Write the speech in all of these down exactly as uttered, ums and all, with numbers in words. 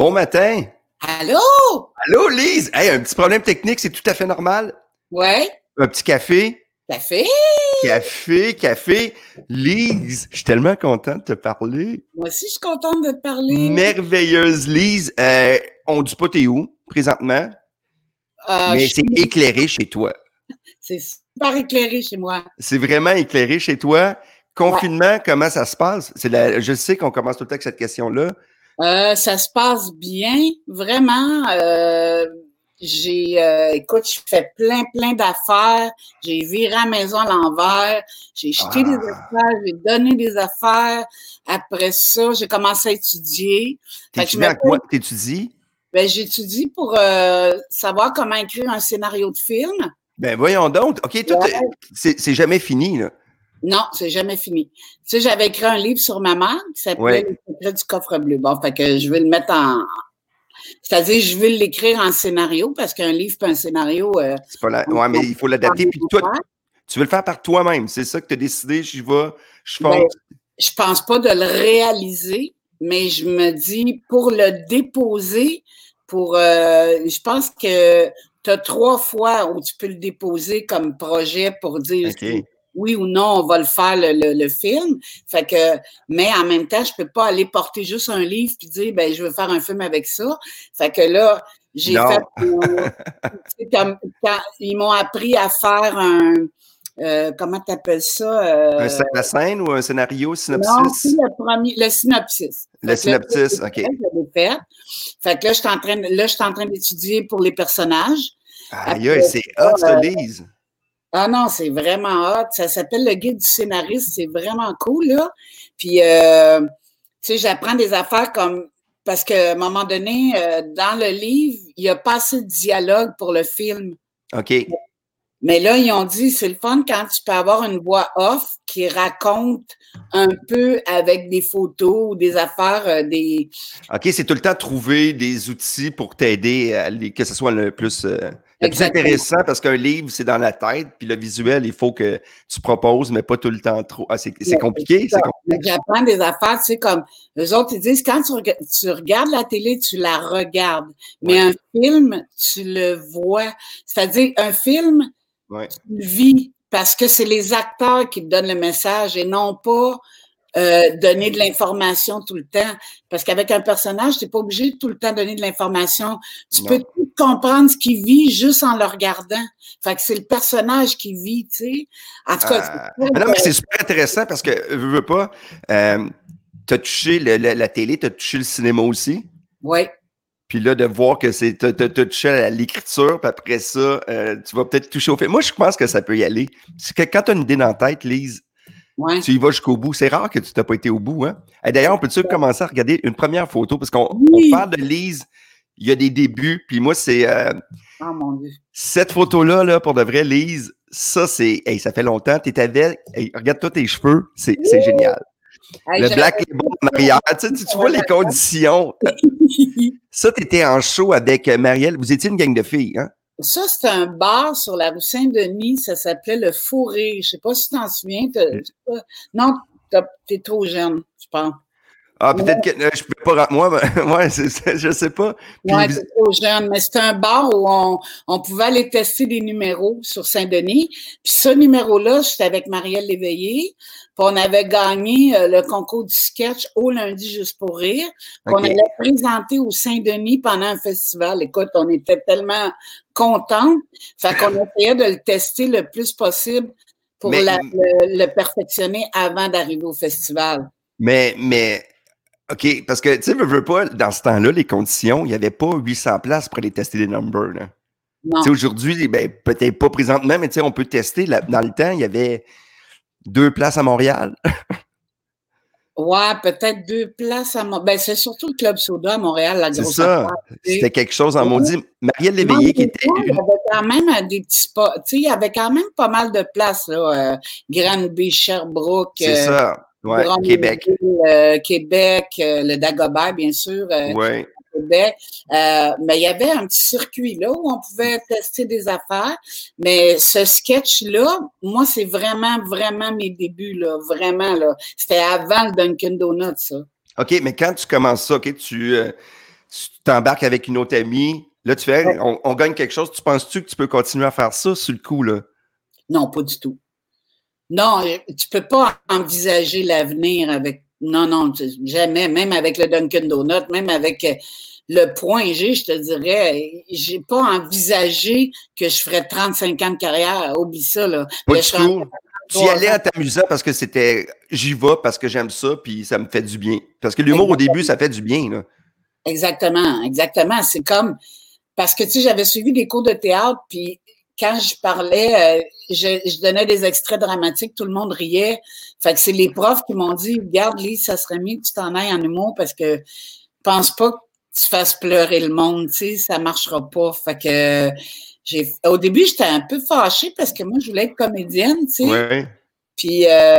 Bon matin. Allô? Allô, Lise? Hey, un petit problème technique, c'est tout à fait normal. Ouais. Un petit café. Café? Café, café. Lise, je suis tellement content de te parler. Moi aussi, je suis contente de te parler. Merveilleuse, Lise. Euh, on ne dit pas t'es où, présentement, Euh, mais je c'est suis- éclairé chez toi. C'est super éclairé chez moi. C'est vraiment éclairé chez toi. Ouais. Confinement, comment ça se passe? C'est la... Je sais qu'on commence tout le temps avec cette question-là. Euh, ça se passe bien, vraiment. Euh, j'ai, euh, écoute, je fais plein, plein d'affaires. J'ai viré la maison à l'envers. J'ai jeté des Ah, affaires, j'ai donné des affaires. Après ça, j'ai commencé à étudier. Fait que je t'étudies me en quoi? T'étudies? ben, j'étudie pour euh, savoir comment écrire un scénario de film. Ben voyons donc. OK, tout, Ouais. c'est, c'est jamais fini, là. Non, c'est jamais fini. Tu sais, j'avais écrit un livre sur ma mère qui s'appelait Ouais. Les secrets du coffre bleu. Bon, fait que je vais le mettre en... C'est-à-dire, je vais l'écrire en scénario parce qu'un livre pas un scénario... Euh, C'est pas la... on- Ouais, mais on il faut peut l'adapter. changer Puis toi, d'affaires. tu veux le faire par toi-même. C'est ça que tu as décidé. J'y vais, je Ben, fonce. je pense pas de le réaliser, mais je me dis, pour le déposer, pour... euh, je pense que tu as trois fois où tu peux le déposer comme projet pour dire OK. si oui ou non, on va le faire, le, le, le film. Fait que, mais en même temps, je peux pas aller porter juste un livre puis dire, ben, je veux faire un film avec ça. Fait que là, j'ai Non. fait, euh, tu sais, comme, quand ils m'ont appris à faire un, euh, comment t'appelles ça? Un Euh, scène à scène ou un scénario, non, c'est synopsis? le premier, le synopsis. Le Fait que là, synopsis, OK. je l'ai fait. Fait que là, je suis en train, de- là, je suis en train d'étudier pour les personnages. Aïe, Après aïe, c'est ça, hot, ça, euh, Lise. ah non, c'est vraiment hot. Ça s'appelle le guide du scénariste. C'est vraiment cool, là. Puis, euh, tu sais, j'apprends des affaires comme, parce qu'à un moment donné, euh, dans le livre, il n'y a pas assez de dialogue pour le film. OK. Mais là, ils ont dit, c'est le fun quand tu peux avoir une voix off qui raconte un peu avec des photos ou des affaires, euh, des... OK, c'est tout le temps trouver des outils pour t'aider à les, que ce soit le plus, euh, le plus Exactement. intéressant parce qu'un livre, c'est dans la tête, puis le visuel, il faut que tu proposes, mais pas tout le temps trop. Ah, c'est, c'est compliqué, c'est Mais compliqué. j'apprends des affaires, tu sais, comme eux autres, ils disent, quand tu, rega- tu regardes la télé, tu la regardes. Mais Ouais, un film, tu le vois. C'est-à-dire, un film, ouais. tu le vis parce que c'est les acteurs qui te donnent le message et non pas euh, donner de l'information tout le temps. Parce qu'avec un personnage, tu n'es pas obligé de tout le temps donner de l'information. Tu Non. peux tout comprendre ce qu'il vit juste en le regardant. Fait que c'est le personnage qui vit, tu sais. En tout cas, c'est Ah, très mais non, mais c'est super intéressant parce que, veux, veux pas, euh, t'as touché le- le- la télé, t'as touché le cinéma aussi. Oui. Puis là, de voir que c'est t'as, t'as, t'as touché à l'écriture, puis après ça, euh, tu vas peut-être toucher au fait. Moi, je pense que ça peut y aller. C'est que quand tu as une idée dans la tête, Lise, Ouais. tu y vas jusqu'au bout. C'est rare que tu n'as pas été au bout, hein? Et d'ailleurs, on peut-tu commencer à regarder une première photo? Parce qu'on on Oui. parle de Lise, il y a des débuts, puis moi, c'est euh, Oh mon Dieu. cette photo-là, là, pour de vrai, Lise, ça, c'est. Hey, ça fait longtemps, t'es avec. Hey, regarde-toi tes cheveux, c'est, c'est génial. Hey, Le j'avais- black est bon en arrière. Tu, sais, tu, tu vois les conditions. Ça, t'étais en show avec euh, Marielle. Vous étiez une gang de filles, hein? Ça, c'est un bar sur la rue Saint-Denis. Ça s'appelait le Fourré. Je sais pas si tu t'en souviens. t'as- t'as- Non, t'as- t'es trop jeune, je pense. Ah, peut-être que euh, je peux pas. rentrer. Moi, ben, ouais, c'est, c'est- je sais pas. Puis, Ouais, vous- t'es trop jeune. Mais c'était un bar où on, on pouvait aller tester des numéros sur Saint-Denis. Puis ce numéro-là, j'étais avec Marielle Léveillé. Puis on avait gagné euh, le concours du sketch au lundi juste pour rire. Puis OK. on allait présenter au Saint-Denis pendant un festival. Écoute, on était tellement contents. Fait qu'on essayait de le tester le plus possible pour Mais, la- le, le perfectionner avant d'arriver au festival. mais, mais, OK, parce que, tu sais, veux, veux pas, dans ce temps-là, les conditions, il n'y avait pas huit cents places pour aller tester des numbers, là. Tu sais, Non. aujourd'hui, ben, peut-être pas présentement, mais tu sais, on peut tester. Là, dans le temps, il y avait deux places à Montréal. Ouais, peut-être deux places à Montréal. Ben, c'est surtout le Club Soda à Montréal, la C'est grosse ça. affaire. tu sais. C'était quelque chose en Ouais. maudit. Marielle Non, Léveillé, mais qui était moi, il y une. avait quand même euh, des petits spots. Tu sais, il y avait quand même pas mal de places, là. Euh, Granby, Sherbrooke, C'est euh, ça. Ouais, Drummondville, Québec. euh, Québec, euh, le Dagobert, bien sûr, euh, Ouais. Québec. Euh, mais il y avait un petit circuit là où on pouvait tester des affaires. Mais ce sketch-là, moi, c'est vraiment, vraiment mes débuts, là. Vraiment, là. C'était avant le Dunkin' Donuts, ça. OK, mais quand tu commences ça, OK, tu, euh, tu t'embarques avec une autre amie, là, tu fais, on, on gagne quelque chose, tu penses-tu que tu peux continuer à faire ça sur le coup, là? Non, pas du tout. Non, tu peux pas envisager l'avenir avec, non, non, jamais, même avec le Dunkin' Donut, même avec le point G, je te dirais, j'ai pas envisagé que je ferais trente-cinq ans de carrière, oublie ça, là. Pas du tout. Tu y allais en t'amusant parce que c'était, j'y vais parce que j'aime ça, puis ça me fait du bien. Parce que l'humour, au début, ça fait du bien, là. Exactement, exactement. C'est comme, parce que, tu sais, j'avais suivi des cours de théâtre, puis quand je parlais, euh, je, je donnais des extraits dramatiques, tout le monde riait. Fait que c'est les profs qui m'ont dit, regarde, Lise, ça serait mieux que tu t'en ailles en humour parce que pense pas que tu fasses pleurer le monde, tu sais, ça marchera pas. Fait que j'ai, au début, j'étais un peu fâchée parce que moi, je voulais être comédienne, tu sais. Ouais. Puis, euh,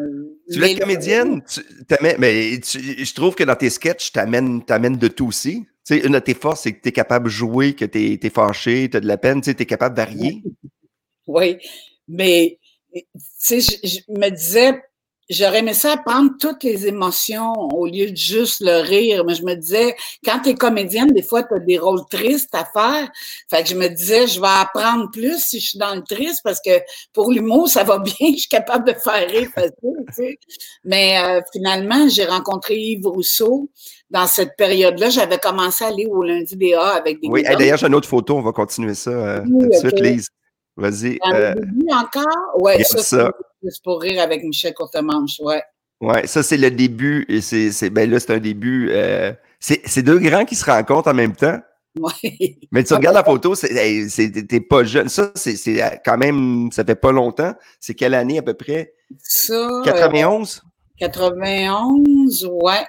tu voulais être comédienne, tu, mais tu, je trouve que dans tes sketchs, t'amènes, t'amènes de tout aussi. Tu sais, une de tes forces, c'est que tu es capable de jouer, que tu es fâché, tu as de la peine, tu es capable de varier. Oui, mais tu sais, je, je me disais, j'aurais aimé ça apprendre toutes les émotions au lieu de juste le rire. Mais je me disais, quand tu es comédienne, des fois, tu as des rôles tristes à faire. Fait que je me disais, je vais apprendre plus si je suis dans le triste parce que pour l'humour, ça va bien, je suis capable de faire rire facile, tu sais. Mais euh, finalement, j'ai rencontré Yves Rousseau. Dans cette période-là, j'avais commencé à aller au lundi des A avec des Oui, hey, d'ailleurs, j'ai une autre photo, on va continuer ça euh, oui, tout de okay. suite, Lise. Vas-y. Dans euh, le début encore? Oui, ça, ça. c'est pour rire avec Michel Courtemanche, ouais. Oui, ça, c'est le début. Et c'est, ben là, c'est un début. Euh, c'est deux grands qui se rencontrent en même temps. Oui. Mais tu regardes la photo, c'est, t'es pas jeune. Ça, c'est quand même, ça fait pas longtemps. C'est quelle année à peu près? Ça. quatre-vingt-onze? Euh, quatre-vingt-onze, ouais.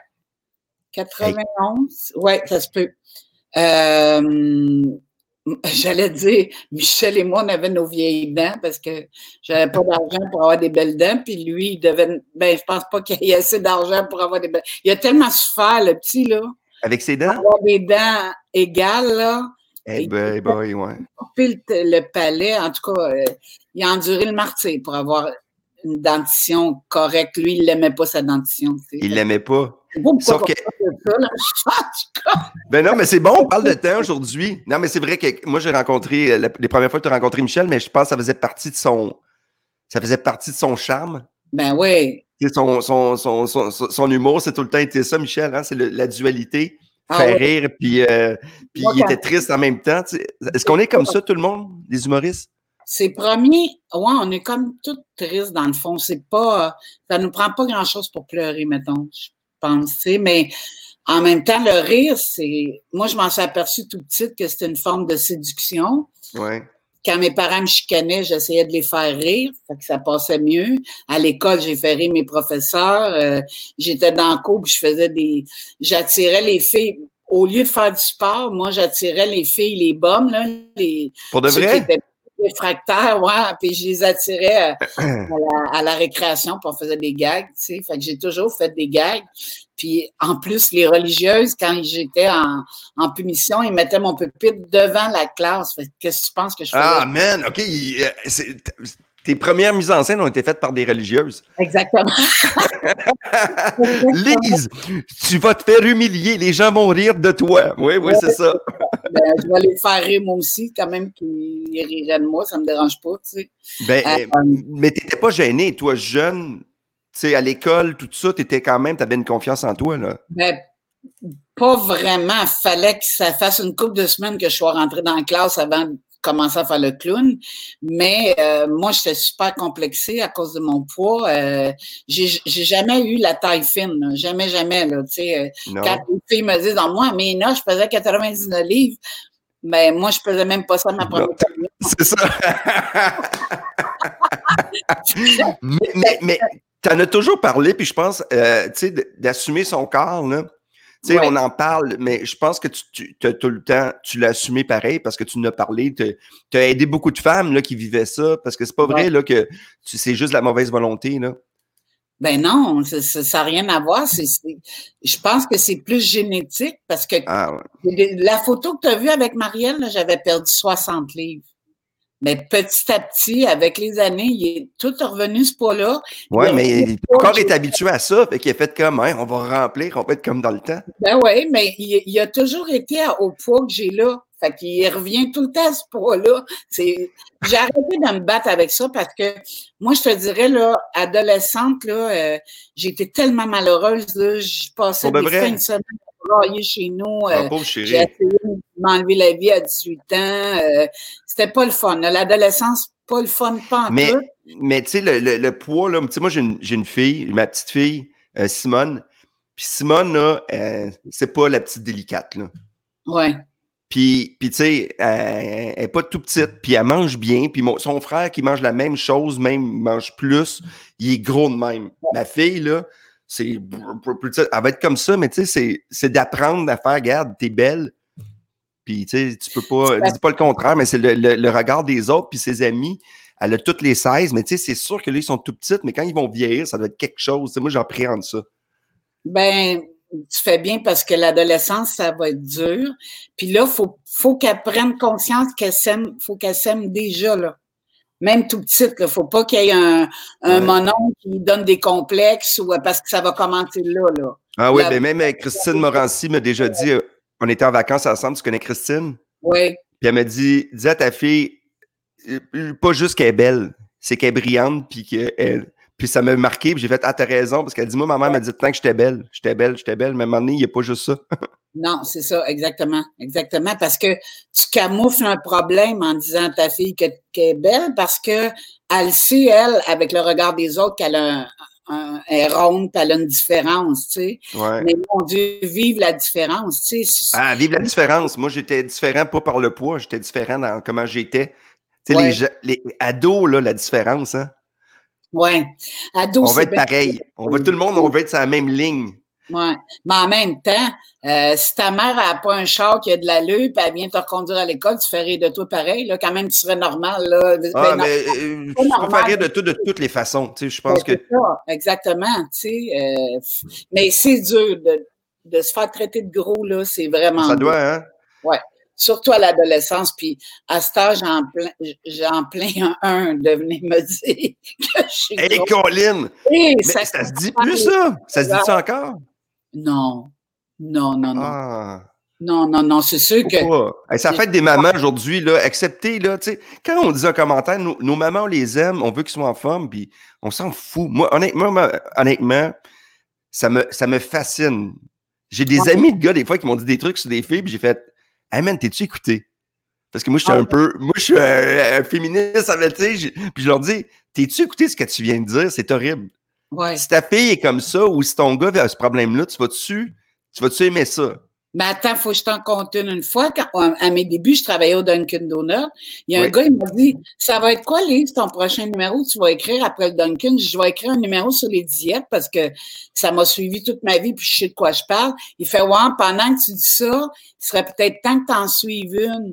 quatre-vingt-onze, hey. Ouais, ça se peut. Euh, J'allais dire, Michel et moi, on avait nos vieilles dents parce que j'avais pas d'argent pour avoir des belles dents, puis lui, il devait, ben, je pense pas qu'il y ait assez d'argent pour avoir des belles. Il a tellement souffert, le petit, là. Avec ses dents? Avoir des dents égales, là. Eh ben, boy, ouais. Le, le palais, en tout cas, euh, il a enduré le martyr pour avoir une dentition correcte. Lui, il l'aimait pas, sa dentition. T'sais. Il l'aimait pas. Sauf que... ça, là. Ben non, mais c'est bon, on parle de temps aujourd'hui. Non, mais c'est vrai que moi, j'ai rencontré, les premières fois que tu as rencontré Michel, mais je pense que ça faisait partie de son, ça faisait partie de son charme. Ben oui. Son, son, son, son, son humour, c'est tout le temps été ça, Michel, hein? C'est la dualité. Ah, faire oui. rire, puis, euh, puis il était triste en même temps. Est-ce qu'on est comme ça, tout le monde, les humoristes? C'est promis. Ouais, on est comme tout triste dans le fond. C'est pas, ça nous prend pas grand-chose pour pleurer, mettons, je pense, tu sais, mais en même temps, le rire, c'est, moi, je m'en suis aperçue tout petite que c'était une forme de séduction. Ouais. Quand mes parents me chicanaient, j'essayais de les faire rire, fait que ça passait mieux. À l'école, j'ai fait rire mes professeurs. Euh, j'étais dans le cours, puis je faisais des, j'attirais les filles. Au lieu de faire du sport, moi, j'attirais les filles, les bombes, là, les. Pour de vrai? Les fractaires, ouais, puis je les attirais à, à, la, à la récréation, puis on faisait des gags, tu sais. Fait que j'ai toujours fait des gags. Puis en plus, les religieuses, quand j'étais en, en punition, ils mettaient mon pupitre devant la classe. Fait que qu'est-ce que tu penses que je faisais? Ah, man, OK. Tes premières mises en scène ont été faites par des religieuses. Exactement. Lise, tu vas te faire humilier. Les gens vont rire de toi. Oui, oui, ouais, c'est ça. Ben, je vais les faire rire moi aussi, quand même, qu'ils riraient de moi. Ça ne me dérange pas, tu sais. Ben, euh, mais tu n'étais pas gêné, toi, jeune. Tu sais, à l'école, tout ça, tu étais quand même, tu avais une confiance en toi, là. Ben, pas vraiment. Il fallait que ça fasse une couple de semaines que je sois rentrée dans la classe avant de commencer à faire le clown. Mais euh, moi, j'étais super complexée à cause de mon poids. Euh, j'ai, j'ai jamais eu la taille fine. Là. Jamais, jamais. Là, euh, quand les filles me disent, dans moi, mais non, je pesais quatre-vingt-dix-neuf livres. Mais moi, je pesais même pas ça ma première année. C'est ça. mais mais, mais tu en as toujours parlé, puis je pense, euh, tu sais, d'assumer son corps, là. Tu sais, ouais. On en parle, mais je pense que tu, tu as tout le temps, tu l'as assumé pareil parce que tu en as parlé. Tu as aidé beaucoup de femmes là, qui vivaient ça parce que c'est pas vrai ouais. là, que c'est juste la mauvaise volonté. Là. Ben non, ça n'a rien à voir. C'est, c'est, je pense que c'est plus génétique parce que ah, ouais. la photo que tu as vue avec Marielle, là, j'avais perdu soixante livres. Mais petit à petit, avec les années, il est tout revenu ce poids-là. Oui, Il mais a- le corps est habitué à ça, fait qu'il a fait comme, hein, on va remplir, on va être comme dans le temps. Ben oui, mais il, il a toujours été à- au poids que j'ai là. Fait qu'il revient tout le temps à ce poids-là. C'est, j'ai arrêté de me battre avec ça parce que moi, je te dirais, là, adolescente, là, euh, j'étais tellement malheureuse, là, je passais Pour de des fins vrai. de semaine à brailler chez nous. Ah, euh, pauvre j'ai chérie. essayé de m'enlever la vie à dix-huit ans. euh, c'était pas le fun. là. L'adolescence, pas le fun, pas en Mais, tout. mais tu sais, le, le, le poids, là, tu sais, moi, j'ai une, j'ai une fille, ma petite fille, euh, Simone. Puis Simone, là, euh, c'est pas la petite délicate, là. Ouais. Puis, puis tu sais, elle, elle est pas tout petite, puis elle mange bien. Puis mon, son frère qui mange la même chose, même il mange plus, il est gros de même. Ma fille, là, c'est plus petite. Elle va être comme ça, mais tu sais, c'est, c'est d'apprendre à faire, regarde, t'es belle. Puis tu sais, tu peux pas, je dis pas le contraire, mais c'est le, le, le regard des autres, puis ses amis. Elle a toutes les seize, mais tu sais, c'est sûr que là, ils sont tout petites, mais quand ils vont vieillir, ça doit être quelque chose. Tu sais, moi, j'appréhende ça. Ben, tu fais bien parce que l'adolescence, ça va être dur. Puis là, faut, faut qu'elle prenne conscience qu'elle s'aime, faut qu'elle s'aime déjà, là. Même tout petite, là. Faut pas qu'il y ait un, un Ouais. mononcle qui lui donne des complexes ou parce que ça va commencer là, là. Ah oui, La- ben même euh, Christine Morancy m'a déjà dit, euh, on était en vacances ensemble, tu connais Christine? Oui. Puis elle m'a dit, dis à ta fille, euh, pas juste qu'elle est belle, c'est qu'elle est brillante, puis qu'elle. Puis ça m'a marqué, puis j'ai fait, ah, t'as raison, parce qu'elle dit, moi, ma mère m'a dit, tant que j'étais belle, j'étais belle, j'étais belle, mais à un moment donné, il n'y a pas juste ça. Non, c'est ça, exactement. Exactement. Parce que tu camoufles un problème en disant à ta fille que- qu'elle est belle parce que elle sait, elle, avec le regard des autres, qu'elle a un, un, elle est ronde, puis elle a une différence, tu sais. Ouais. Mais mon Dieu, vive la différence, tu sais. Ah, vive la différence. Moi, j'étais différent pas par le poids, j'étais différent dans comment j'étais. Tu sais, Ouais. les, je- les ados, là, la différence, hein. Ouais. Ado, On va c'est être bien. pareil. On va, tout le monde, on va être sur la même ligne. Ouais. Mais en même temps, euh, si ta mère n'a pas un char qui a de l'allure, puis elle vient te reconduire à l'école, tu fais rire de toi pareil, là. Quand même, tu serais normal, là. Ah, Ben, non, mais euh, pas je peux normal. faire rire de tout de toutes les façons. Tu sais, je pense Ben, que. c'est ça, exactement, tu sais. euh, mais c'est dur de, de se faire traiter de gros, là, c'est vraiment Ça dur. doit, hein? Ouais. Surtout à l'adolescence, puis à cet âge, j'en plein, j'en plains un, un de venir me dire que je suis Hey, grosse. Colin! Et Mais ça ça se dit comprend plus, les- ça? Ça se dit-tu encore? Non, non, non, non. Ah. Non, non, non, c'est sûr que. Pourquoi? Hey, ça fait des mamans aujourd'hui, là. Acceptez, là, tu sais. Quand on dit un commentaire, nos, nos mamans, on les aime, on veut qu'ils soient en forme, puis on s'en fout. Moi, honnêtement, moi, honnêtement, ça me, ça me fascine. J'ai des Ouais. amis de gars, des fois, qui m'ont dit des trucs sur des filles, puis j'ai fait, hey man, t'es-tu écouté? Parce que moi, je suis Ah, un peu, moi, je suis un, un féministe, ça veut dire, puis je leur dis, t'es-tu écouté ce que tu viens de dire? C'est horrible. ouais. Si ta fille est comme ça, ou si ton gars a ce problème-là, tu vas-tu, tu vas-tu aimer ça? Mais attends, faut que je t'en compte une. Une fois, quand, à mes débuts, je travaillais au Dunkin' Donut. Il y a Oui. un gars, il m'a dit, ça va être quoi, Lise, ton prochain numéro? Tu vas écrire après le Dunkin'. Je vais écrire un numéro sur les diètes parce que ça m'a suivi toute ma vie puis je sais de quoi je parle. Il fait, ouais, pendant que tu dis ça, il serait peut-être temps que t'en suives une.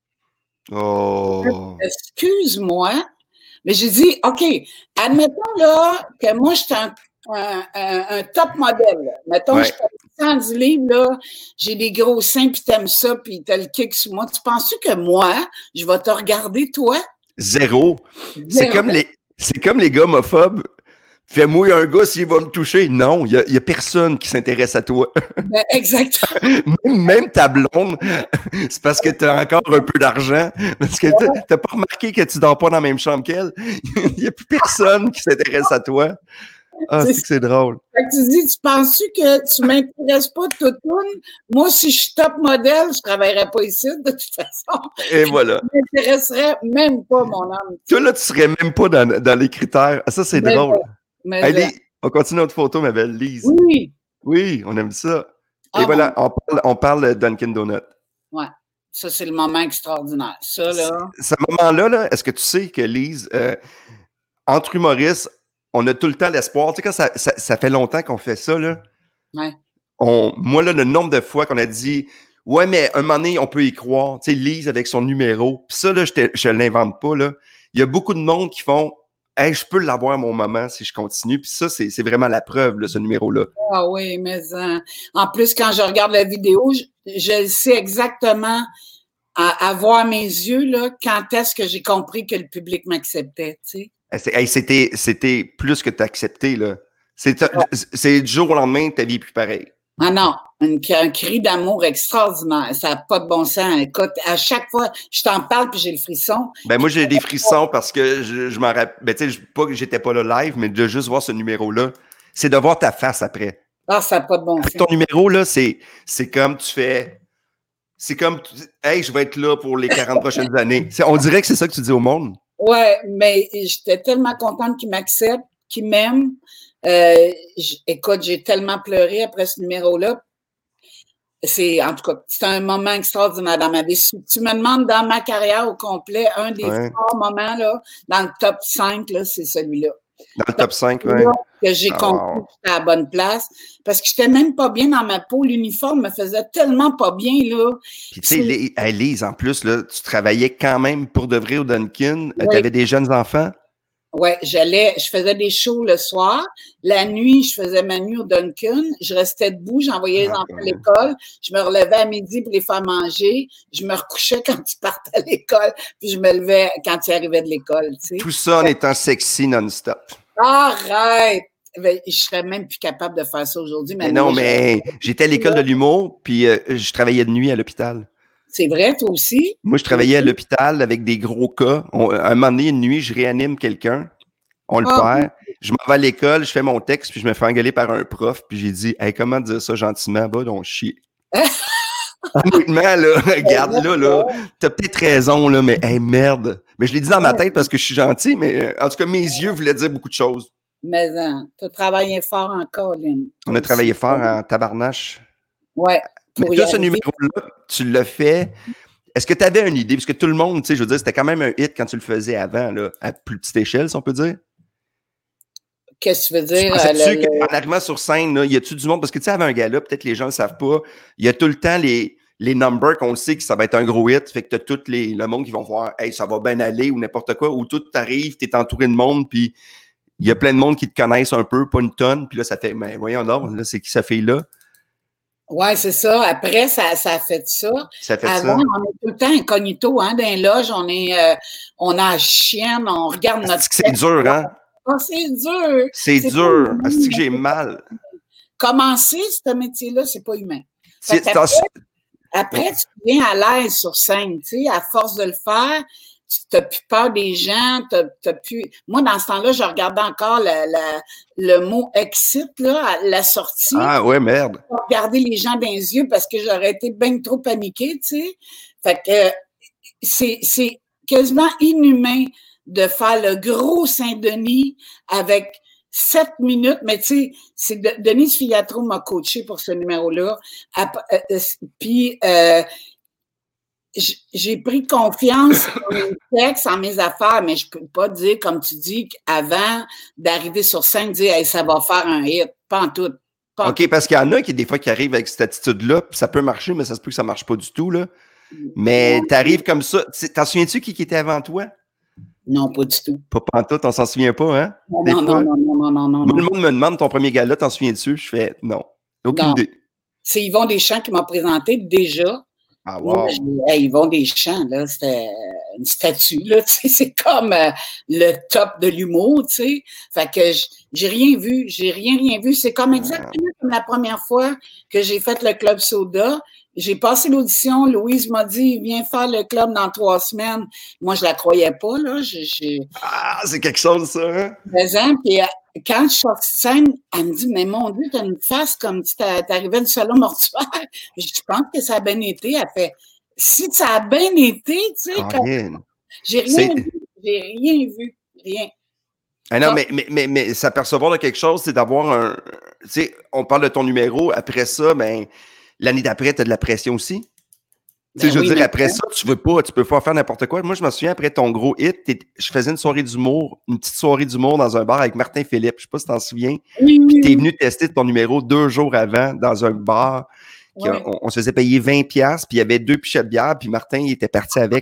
Oh. Excuse-moi. Mais j'ai dit, OK, admettons là que moi, je suis un, un, un, un top modèle. Là. Mettons, Ouais. je fais cent dix livres, là, j'ai des gros seins, puis t'aimes ça, puis t'as le kick sur moi. Tu penses-tu que moi, je vais te regarder, toi? Zéro. C'est Zéro. comme les, c'est comme les gars homophobes. Fais-moi un gars s'il va me toucher. Non, il y a, y a personne qui s'intéresse à toi. Ben, exactement. Même, même ta blonde, c'est parce que tu as encore un peu d'argent. Parce que t'as- t'as pas remarqué que tu dors pas dans la même chambre qu'elle. Il y a plus personne qui s'intéresse à toi. Ah, C'est c'est que c'est drôle. Fait que tu dis, tu penses-tu que tu m'intéresses pas de toutoune? Moi, si je suis top modèle, je travaillerais pas ici, de toute façon. Et voilà. Je m'intéresserais même pas, mon âme. Toi, là, tu serais même pas dans, dans les critères. Ah, ça, c'est Mais drôle. Mais Hey, je- Lise, on continue notre photo, ma belle Lise. Oui. Oui, on aime ça. Et Ah, voilà, on parle, on parle Dunkin' Donut. Ouais. Ça, c'est le moment extraordinaire. Ça, là. Ce moment-là, là, est-ce que tu sais que Lise, euh, entre humoristes, on a tout le temps l'espoir. Tu sais, quand ça, ça, ça fait longtemps qu'on fait ça, là, Ouais. on, moi, là, le nombre de fois qu'on a dit ouais, mais un moment donné, on peut y croire. Tu sais, Lise avec son numéro. Puis ça, là, je ne l'invente pas, là. Il y a beaucoup de monde qui font hey, je peux l'avoir mon moment si je continue. Puis ça, c'est vraiment la preuve, là, ce numéro-là. Ah oui, mais en, en plus, quand je regarde la vidéo, je, je sais exactement à, à voir mes yeux, là, quand est-ce que j'ai compris que le public m'acceptait, tu sais. Hey, c'était, c'était plus que t'accepté, là. C'est, ouais. c'est du jour au lendemain, ta vie est plus pareille. Ah non, un, un cri d'amour extraordinaire. Ça n'a pas de bon sens. Écoute, à chaque fois, je t'en parle puis j'ai le frisson. Ben moi, j'ai des frissons parce que je, je m'en rappelle. Ben tu sais, pas que j'étais pas là live, mais de juste voir ce numéro-là, c'est de voir ta face après. Ah, ça n'a pas de bon sens. Ton numéro, là, c'est, c'est comme tu fais... C'est comme, hey, je vais être là pour les quarante prochaines années. C'est, on dirait que c'est ça que tu dis au monde. Ouais, mais j'étais tellement contente qu'ils m'acceptent, qu'ils m'aiment. Euh, écoute, j'ai tellement pleuré après ce numéro-là. C'est, en tout cas, c'est un moment extraordinaire dans ma vie. Si tu me demandes dans ma carrière au complet, un des ouais. forts moments, là, dans le top cinq, là, c'est celui-là. Dans le top cinq, oui. Que j'ai oh, compris wow. que j'étais à la bonne place. Parce que j'étais même pas bien dans ma peau. L'uniforme me faisait tellement pas bien, là. Puis, tu sais, Lise, en plus, là, tu travaillais quand même pour de vrai au Dunkin'. Oui. Tu avais des jeunes enfants? Oui, j'allais, je faisais des shows le soir. La nuit, je faisais ma nuit au Dunkin'. Je restais debout, j'envoyais les enfants à l'école. Je me relevais à midi pour les faire manger. Je me recouchais quand ils partaient à l'école. Puis je me levais quand ils arrivaient de l'école, tu sais. Tout ça en étant sexy non-stop. Arrête! Ben, je serais même plus capable de faire ça aujourd'hui. Mais non, mais j'étais à l'école de l'humour, puis euh, je travaillais de nuit à l'hôpital. C'est vrai, toi aussi? Moi, je travaillais à l'hôpital avec des gros cas. On, à un moment donné, une nuit, je réanime quelqu'un. On le oh. perd. Je m'en vais à l'école, je fais mon texte, puis je me fais engueuler par un prof. Puis j'ai dit, hey, comment dire ça gentiment? Bah, donc chier. Honnêtement, là, regarde là, là. T'as peut-être raison, là, mais hey, merde. Mais je l'ai dit dans ma tête parce que je suis gentil, mais en tout cas, mes yeux voulaient dire beaucoup de choses. Mais hein, tu as travaillé fort encore, Lynn. On a travaillé fort en tabarnache. Ouais. Mais toi, ce numéro-là, tu l'as fait. Est-ce que tu avais une idée? Parce que tout le monde, tu sais, je veux dire, c'était quand même un hit quand tu le faisais avant, là, à plus petite échelle, si on peut dire. Qu'est-ce que tu veux dire? Tu pensais-tu le... qu'en arrivant sur scène, là, y a-tu du monde? Parce que tu sais, avant un gala, peut-être les gens ne le savent pas, il y a tout le temps les, les numbers qu'on le sait que ça va être un gros hit. Fait que tu as tout les, le monde qui vont voir, hey, ça va bien aller ou n'importe quoi. Ou tout t'arrive, tu es entouré de monde, puis il y a plein de monde qui te connaissent un peu, pas une tonne. Puis là, ça fait, mais voyons donc, là, c'est qui ça fait là? Oui, c'est ça. Après, ça, ça a fait ça. Ça fait Avant, ça. on est tout le temps incognito, hein, dans les loges. On est, euh, on a la chienne, on regarde notre. C'est que c'est dur, hein? Oh, c'est dur. C'est, c'est dur. Est-ce que j'ai mal? Commencer ce métier-là, c'est pas humain. C'est, après, après, tu deviens à l'aise sur scène, tu sais, à force de le faire. Tu n'as plus peur des gens, t'as, t'as plus... Moi, dans ce temps-là, je regardais encore la, la, le mot « exit », là, la sortie. Ah ouais, merde. Je regardais les gens dans les yeux parce que j'aurais été bien trop paniquée, tu sais. Fait que euh, c'est, c'est quasiment inhumain de faire le gros Saint-Denis avec sept minutes, mais tu sais, c'est de, Denise Filiatro m'a coaché pour ce numéro-là. Euh, euh, Puis... Euh, j'ai pris confiance en mes textes, en mes affaires, mais je peux pas dire, comme tu dis, qu'avant d'arriver sur scène, dire hey, ça va faire un hit. Pas en tout. Pas OK, parce qu'il y en a qui, des fois, qui arrivent avec cette attitude-là, puis ça peut marcher, mais ça se peut que ça marche pas du tout, là. Mais ouais. T'arrives comme ça. T'en souviens-tu qui, qui était avant toi? Non, pas du tout. Pas pantoute, on s'en souvient pas, hein? Non, non, non, non, non, non, non. Moi, le monde me demande ton premier gala, t'en souviens-tu? Je fais non. Aucune non. idée. C'est Yvon Deschamps qui m'a présenté déjà. Ah, wow. Moi, hey, Yvon Deschamps, là, c'était une statue, là, tu sais, c'est comme euh, le top de l'humour, tu sais. Fait que j'ai rien vu, j'ai rien, rien vu. C'est comme exactement comme la première fois que j'ai fait le Club Soda. J'ai passé l'audition, Louise m'a dit, viens faire le club dans trois semaines. Moi, je la croyais pas, là. J'ai, j'ai... Ah, c'est quelque chose, ça, hein? Présent, puis quand je suis sortie de scène, elle me dit, mais mon Dieu, t'as une face comme si t'arrivais du salon mortuaire. Je pense que ça a bien été. Elle fait, si ça a bien été, tu sais, oh, yeah. j'ai rien c'est... vu, j'ai rien vu, rien. Ah non, mais, mais, mais, mais s'apercevoir de quelque chose, c'est d'avoir un, tu sais, on parle de ton numéro, après ça, ben, l'année d'après, t'as de la pression aussi. Tu sais, ben je veux oui, dire, après ça, tu veux pas, tu peux pas faire n'importe quoi. Moi, je me souviens, après ton gros hit, je faisais une soirée d'humour, une petite soirée d'humour dans un bar avec Martin Philippe. Je sais pas si t'en souviens. Oui, puis oui. T'es venu tester ton numéro deux jours avant dans un bar. Oui. On, on se faisait payer vingt piastres, puis il y avait deux pichets de bière, puis Martin, il était parti avec.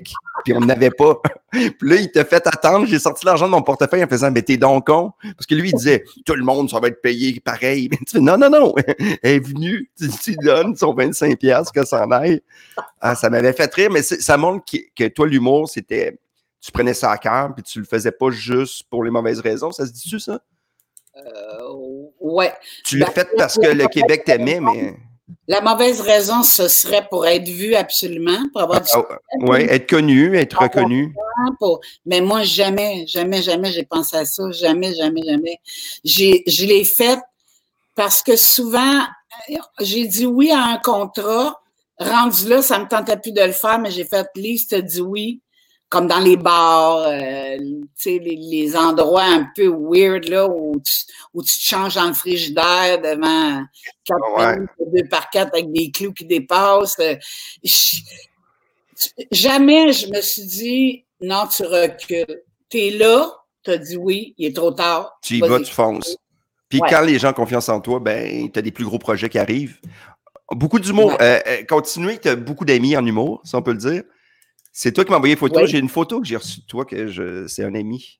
puis on n'avait pas. Puis là, il t'a fait attendre. J'ai sorti l'argent de mon portefeuille en faisant, mais t'es donc con. Parce que lui, il disait, tout le monde, ça va être payé pareil. Mais tu fais, non, non, non. Elle est venue, tu, tu donnes son vingt-cinq piastres que ça en aille. Ah, ça m'avait fait rire, mais ça montre que, que toi, l'humour, c'était, tu prenais ça à cœur, puis tu le faisais pas juste pour les mauvaises raisons. Ça se dit-tu, ça? Euh, ouais. Tu l'as fait parce que le Québec t'aimait, mais... La mauvaise raison, ce serait pour être vu absolument, pour avoir du... Ah, oui, être connu, être reconnu. Pour... Mais moi, jamais, jamais, jamais j'ai pensé à ça. Jamais, jamais, jamais. J'ai, je l'ai fait parce que souvent, j'ai dit oui à un contrat. Rendu là, ça me tentait plus de le faire, mais j'ai fait, Lise, t'as dit oui. Comme dans les bars, euh, tu sais, les, les endroits un peu weird, là, où tu, où tu te changes dans le frigidaire devant quatre ouais. minutes, deux par quatre avec des clous qui dépassent. Je, jamais je me suis dit, non, tu recules. T'es là, t'as dit oui, il est trop tard. Tu y vas, tu fonces. Puis ouais. Quand les gens ont confiance en toi, ben, t'as des plus gros projets qui arrivent. Beaucoup d'humour. Ouais. Euh, continuez, t'as beaucoup d'amis en humour, si on peut le dire. C'est toi qui m'as envoyé une photo. Oui. J'ai une photo que j'ai reçue de toi, que je, c'est un ami.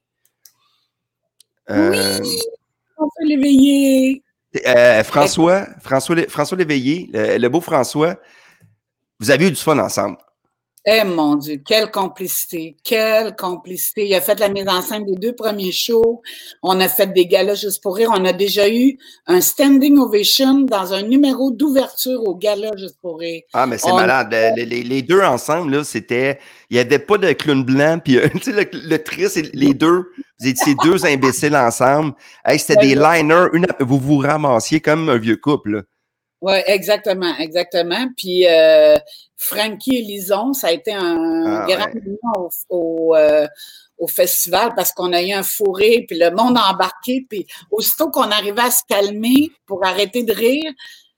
Euh, oui, François Léveillé. Euh, François, François, François Léveillé, le, le beau François, vous avez eu du fun ensemble. Eh mon Dieu, quelle complicité, quelle complicité. Il a fait la mise en scène des deux premiers shows. On a fait des galas juste pour rire. On a déjà eu un standing ovation dans un numéro d'ouverture au gala juste pour rire. Ah, mais c'est on... malade. Les, les, les deux ensemble, là, c'était... Il n'y avait pas de clown blanc, puis tu sais, le, le triste, les deux, vous étiez deux imbéciles ensemble. Hey, c'était ouais, des liners, une, vous vous ramassiez comme un vieux couple, là. Oui, exactement, exactement. Puis euh, Frankie et Lison, ça a été un ah, grand ouais. moment au, au, euh, au festival parce qu'on a eu un fourré, puis le monde a embarqué, puis aussitôt qu'on arrivait à se calmer pour arrêter de rire,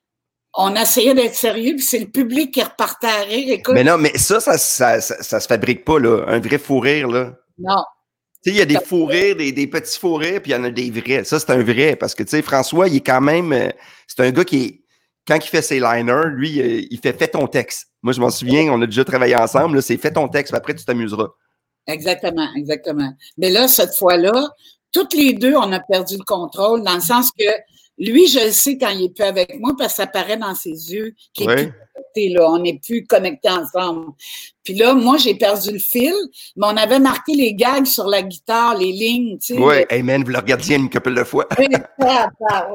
on essayait d'être sérieux, puis c'est le public qui repartait à rire. Écoute, mais non, mais ça, ça, ça, ça, ça se fabrique pas, là, un vrai fou rire, là. Non. Tu sais, il y a des fous rires, des, des petits fous rires, puis il y en a des vrais. Ça, c'est un vrai, parce que, tu sais, François, il est quand même... Euh, c'est un gars qui est... Quand il fait ses liners, lui, il fait « fais ton texte ». Moi, je m'en souviens, on a déjà travaillé ensemble, là, c'est « fais ton texte », puis après, tu t'amuseras. Exactement, exactement. Mais là, cette fois-là, toutes les deux, on a perdu le contrôle, dans le sens que lui, je le sais quand il est plus avec moi, parce que ça paraît dans ses yeux qu'il est oui. plus connecté, là. On n'est plus connectés ensemble. Puis là, moi, j'ai perdu le fil, mais on avait marqué les gags sur la guitare, les lignes, tu sais. Oui, hey man, vous le regardiez une couple de fois. Oui, ça n'a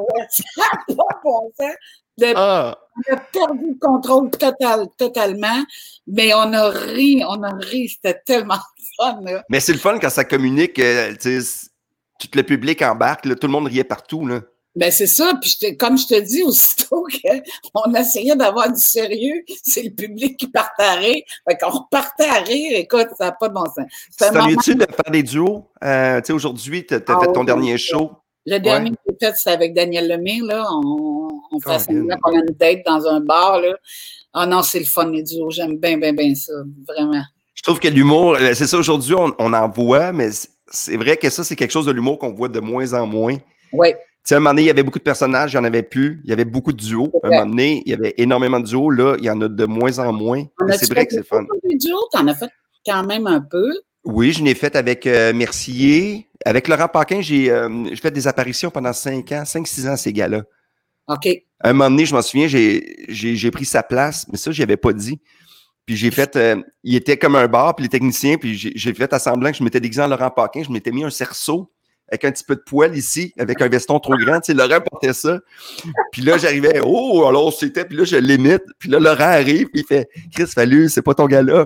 pas bon sens. De, ah. On a perdu le contrôle total, totalement, mais on a ri, on a ri, c'était tellement fun. Là. Mais c'est le fun quand ça communique, euh, tout le public embarque, là, tout le monde riait partout. Là. Ben c'est ça, puis je te, comme je te dis, aussitôt qu'on essayait d'avoir du sérieux, c'est le public qui partait à rire. Fait qu'on repartait à rire, écoute, ça n'a pas de bon sens. C'est mieux-tu de faire des duos? Euh, tu sais, aujourd'hui, tu as ah, fait ton oui, dernier show. Le dernier ouais. que j'ai fait, c'était avec Daniel Lemire, là. On, on fait semblant qu'on a une date dans un bar, là. Ah non, c'est le fun, les duos. J'aime bien, bien, bien ça. Vraiment. Je trouve que l'humour, c'est ça, aujourd'hui, on, on en voit, mais c'est vrai que ça, c'est quelque chose de l'humour qu'on voit de moins en moins. Oui. Tu sais, à un moment donné, il y avait beaucoup de personnages, il n'y en avait plus. Il y avait beaucoup de duos. À un moment donné, il y avait énormément de duos. Là, il y en a de moins en moins. C'est vrai que c'est fun. Des duos, t'en as fait quand même un peu. Oui, je l'ai fait avec euh, Mercier. Avec Laurent Paquin, j'ai euh, fait des apparitions pendant cinq ans, cinq, six ans, ces gars-là. OK. À un moment donné, je m'en souviens, j'ai, j'ai, j'ai pris sa place, mais ça, je n'y avais pas dit. Puis j'ai fait, euh, il était comme un bar, puis les techniciens, puis j'ai, j'ai fait à semblant que je m'étais déguisé en Laurent Paquin, je m'étais mis un cerceau avec un petit peu de poil ici, avec un veston trop grand. Tu sais, Laurent portait ça. Puis là, j'arrivais, oh, alors c'était, puis là, je l'imite. Puis là, Laurent arrive, puis il fait, Chris Fallu, c'est pas ton gars-là.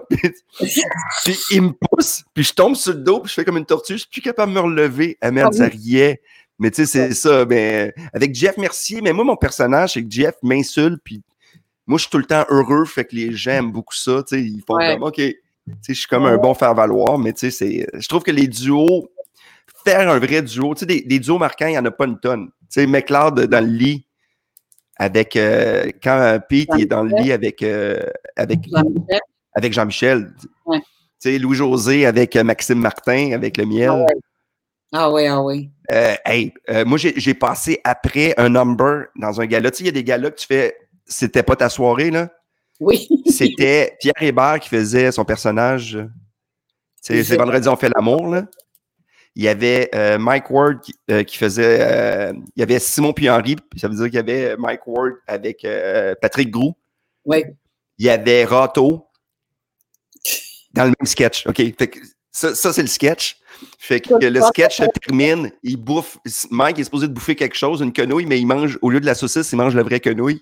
Puis il me pousse, puis je tombe sur le dos, puis je fais comme une tortue, je suis plus capable de me relever. Ah merde, ça riait. Mais tu sais, c'est ça. Ben, avec Jeff Mercier, mais moi, mon personnage, c'est que Jeff m'insulte, puis moi, je suis tout le temps heureux, fait que les gens aiment beaucoup ça. Tu sais, ils font ouais. comme, OK. Tu sais, je suis comme un bon faire-valoir, mais tu sais, c'est, je trouve que les duos, faire un vrai duo, tu sais, des, des duos marquants, il n'y en a pas une tonne. Tu sais, McLeod dans le lit, avec, euh, quand Pete il est dans le lit avec, euh, avec, Jean-Michel. avec Jean-Michel. Ouais. Tu sais, Louis-José avec Maxime Martin, avec le miel. Ah oui, ah oui. Ah oui. Euh, hey, euh, moi, j'ai, j'ai passé après un number dans un gala. Tu sais, il y a des galas que tu fais, c'était pas ta soirée, là? Oui. C'était Pierre Hébert qui faisait son personnage. C'est, c'est vendredi, on fait l'amour, là. Il y avait euh, Mike Ward qui, euh, qui faisait... Euh, il y avait Simon puis Henri, ça veut dire qu'il y avait Mike Ward avec euh, Patrick Groux. Oui. Il y avait Rato dans le même sketch. OK. Fait que ça, ça, c'est le sketch. Fait que le sketch se termine, il bouffe... Mike est supposé de bouffer quelque chose, une quenouille, mais il mange, au lieu de la saucisse, il mange la vraie quenouille.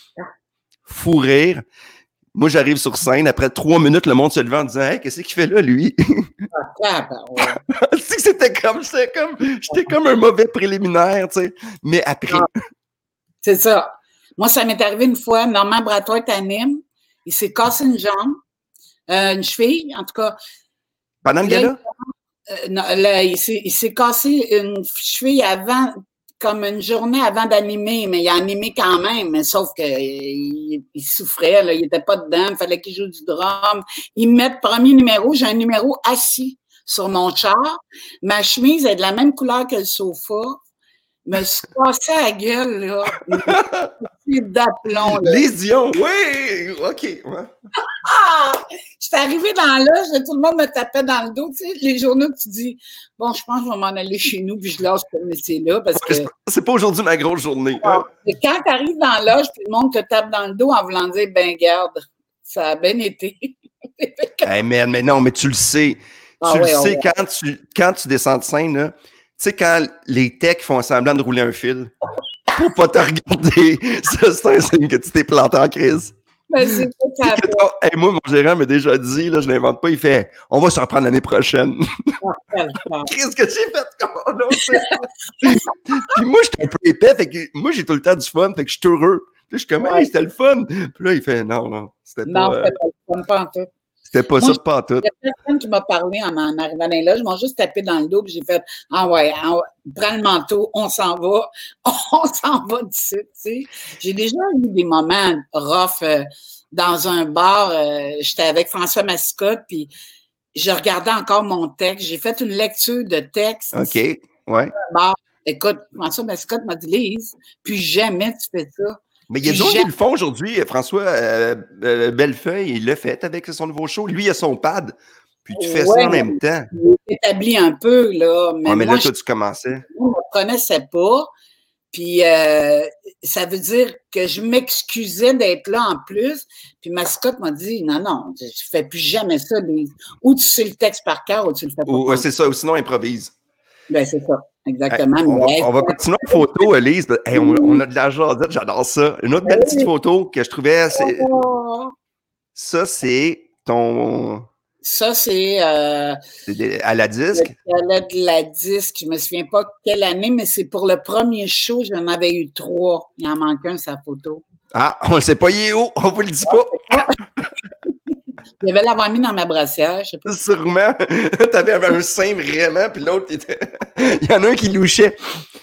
Fou rire. Moi, j'arrive sur scène, après trois minutes, le monde se levait en disant « Hey, qu'est-ce qu'il fait là, lui? » Ah, ben, ouais. C'était comme, c'était comme, j'étais comme un mauvais préliminaire, tu sais. Mais après... Ah, c'est ça. Moi, ça m'est arrivé une fois, Normand Bratoit t'anime, il s'est cassé une jambe, euh, une cheville, en tout cas. Pendant le gala? Euh, non, là, il s'est, il s'est cassé une cheville avant... comme une journée avant d'animer, mais il a animé quand même, mais sauf que il, il souffrait, là, il était pas dedans, il fallait qu'il joue du drum. Ils mettent premier numéro, j'ai un numéro assis sur mon char, ma chemise est de la même couleur que le sofa, me suis cassé la gueule, là, d'aplomb, là. Les Dion, oui, OK. Ouais. Ah! J'étais arrivée dans la loge, tout le monde me tapait dans le dos, tu sais, les journaux, tu dis, bon, je pense que je vais m'en aller chez nous, puis je lâche ce métier-là, parce que... C'est pas aujourd'hui ma grosse journée. Hein? Et quand tu arrives dans la loge, puis le monde te tape dans le dos en voulant dire, ben garde, ça a bien été. Hey man, mais non, mais tu le sais. Ah, tu ouais, le sais, ouais. quand tu, quand tu descends de scène, là, tu sais, quand les techs font semblant de rouler un fil pour pas te regarder, ça, c'est un signe que tu t'es planté en crise. Mais c'est pas ça. Hey, moi, mon gérant m'a déjà dit, là, je l'invente pas, il fait « On va se reprendre l'année prochaine. » Qu'est-ce que j'ai fait comme non, puis moi, j'étais un peu épais, fait que moi, j'ai tout le temps du fun, fait que je suis heureux. Puis je suis comme « Hey, c'était le fun. » Puis là, il fait « Non, non, c'était pas... Non, c'était pas le fun, pas en tout. » C'était pas moi, ça, pas en tout. Il y a personne qui m'a parlé en, en arrivant dans les loges. Ils m'ont juste tapé dans le dos, puis j'ai fait « Ah ouais, ah ouais, prends le manteau, on s'en va. On s'en va d'ici. » Tu sais. J'ai déjà eu des moments rough euh, dans un bar. Euh, j'étais avec François Mascotte, puis je regardais encore mon texte. J'ai fait une lecture de texte. OK, ouais. Bar. Écoute, François Mascotte m'a dit « Lise, puis jamais tu fais ça. » Mais il y a des gens qui le font aujourd'hui. François euh, euh, Bellefeuille, il l'a fait avec son nouveau show. Lui, il a son pad. Puis tu fais ouais, ça en même temps. Il établi un peu, là. Mais, ouais, mais moi, là, toi, tu commençais. Je ne me connaissais pas. Puis euh, ça veut dire que je m'excusais d'être là en plus. Puis Mascotte m'a dit, non, non, je ne fais plus jamais ça. Ou tu sais le texte par cœur ou tu le fais pas. Ou, c'est ça, ou sinon improvise. Ben c'est ça. Exactement. Hey, on, va, on va continuer en photo, Elise. Hey, on, on a de la jasette, j'adore ça. Une autre belle petite photo que je trouvais, c'est... Ça, c'est ton... Ça, c'est... Euh, c'est à la disque? À la, de la disque. Je ne me souviens pas quelle année, mais c'est pour le premier show, j'en avais eu trois. Il en manque un, sa photo. Ah, on ne sait pas, il est où? On ne vous le dit pas. Je devais l'avoir mis dans ma brassière, je sais pas. Sûrement. Tu avais un sein vraiment, puis l'autre, il, était... il y en a un qui louchait.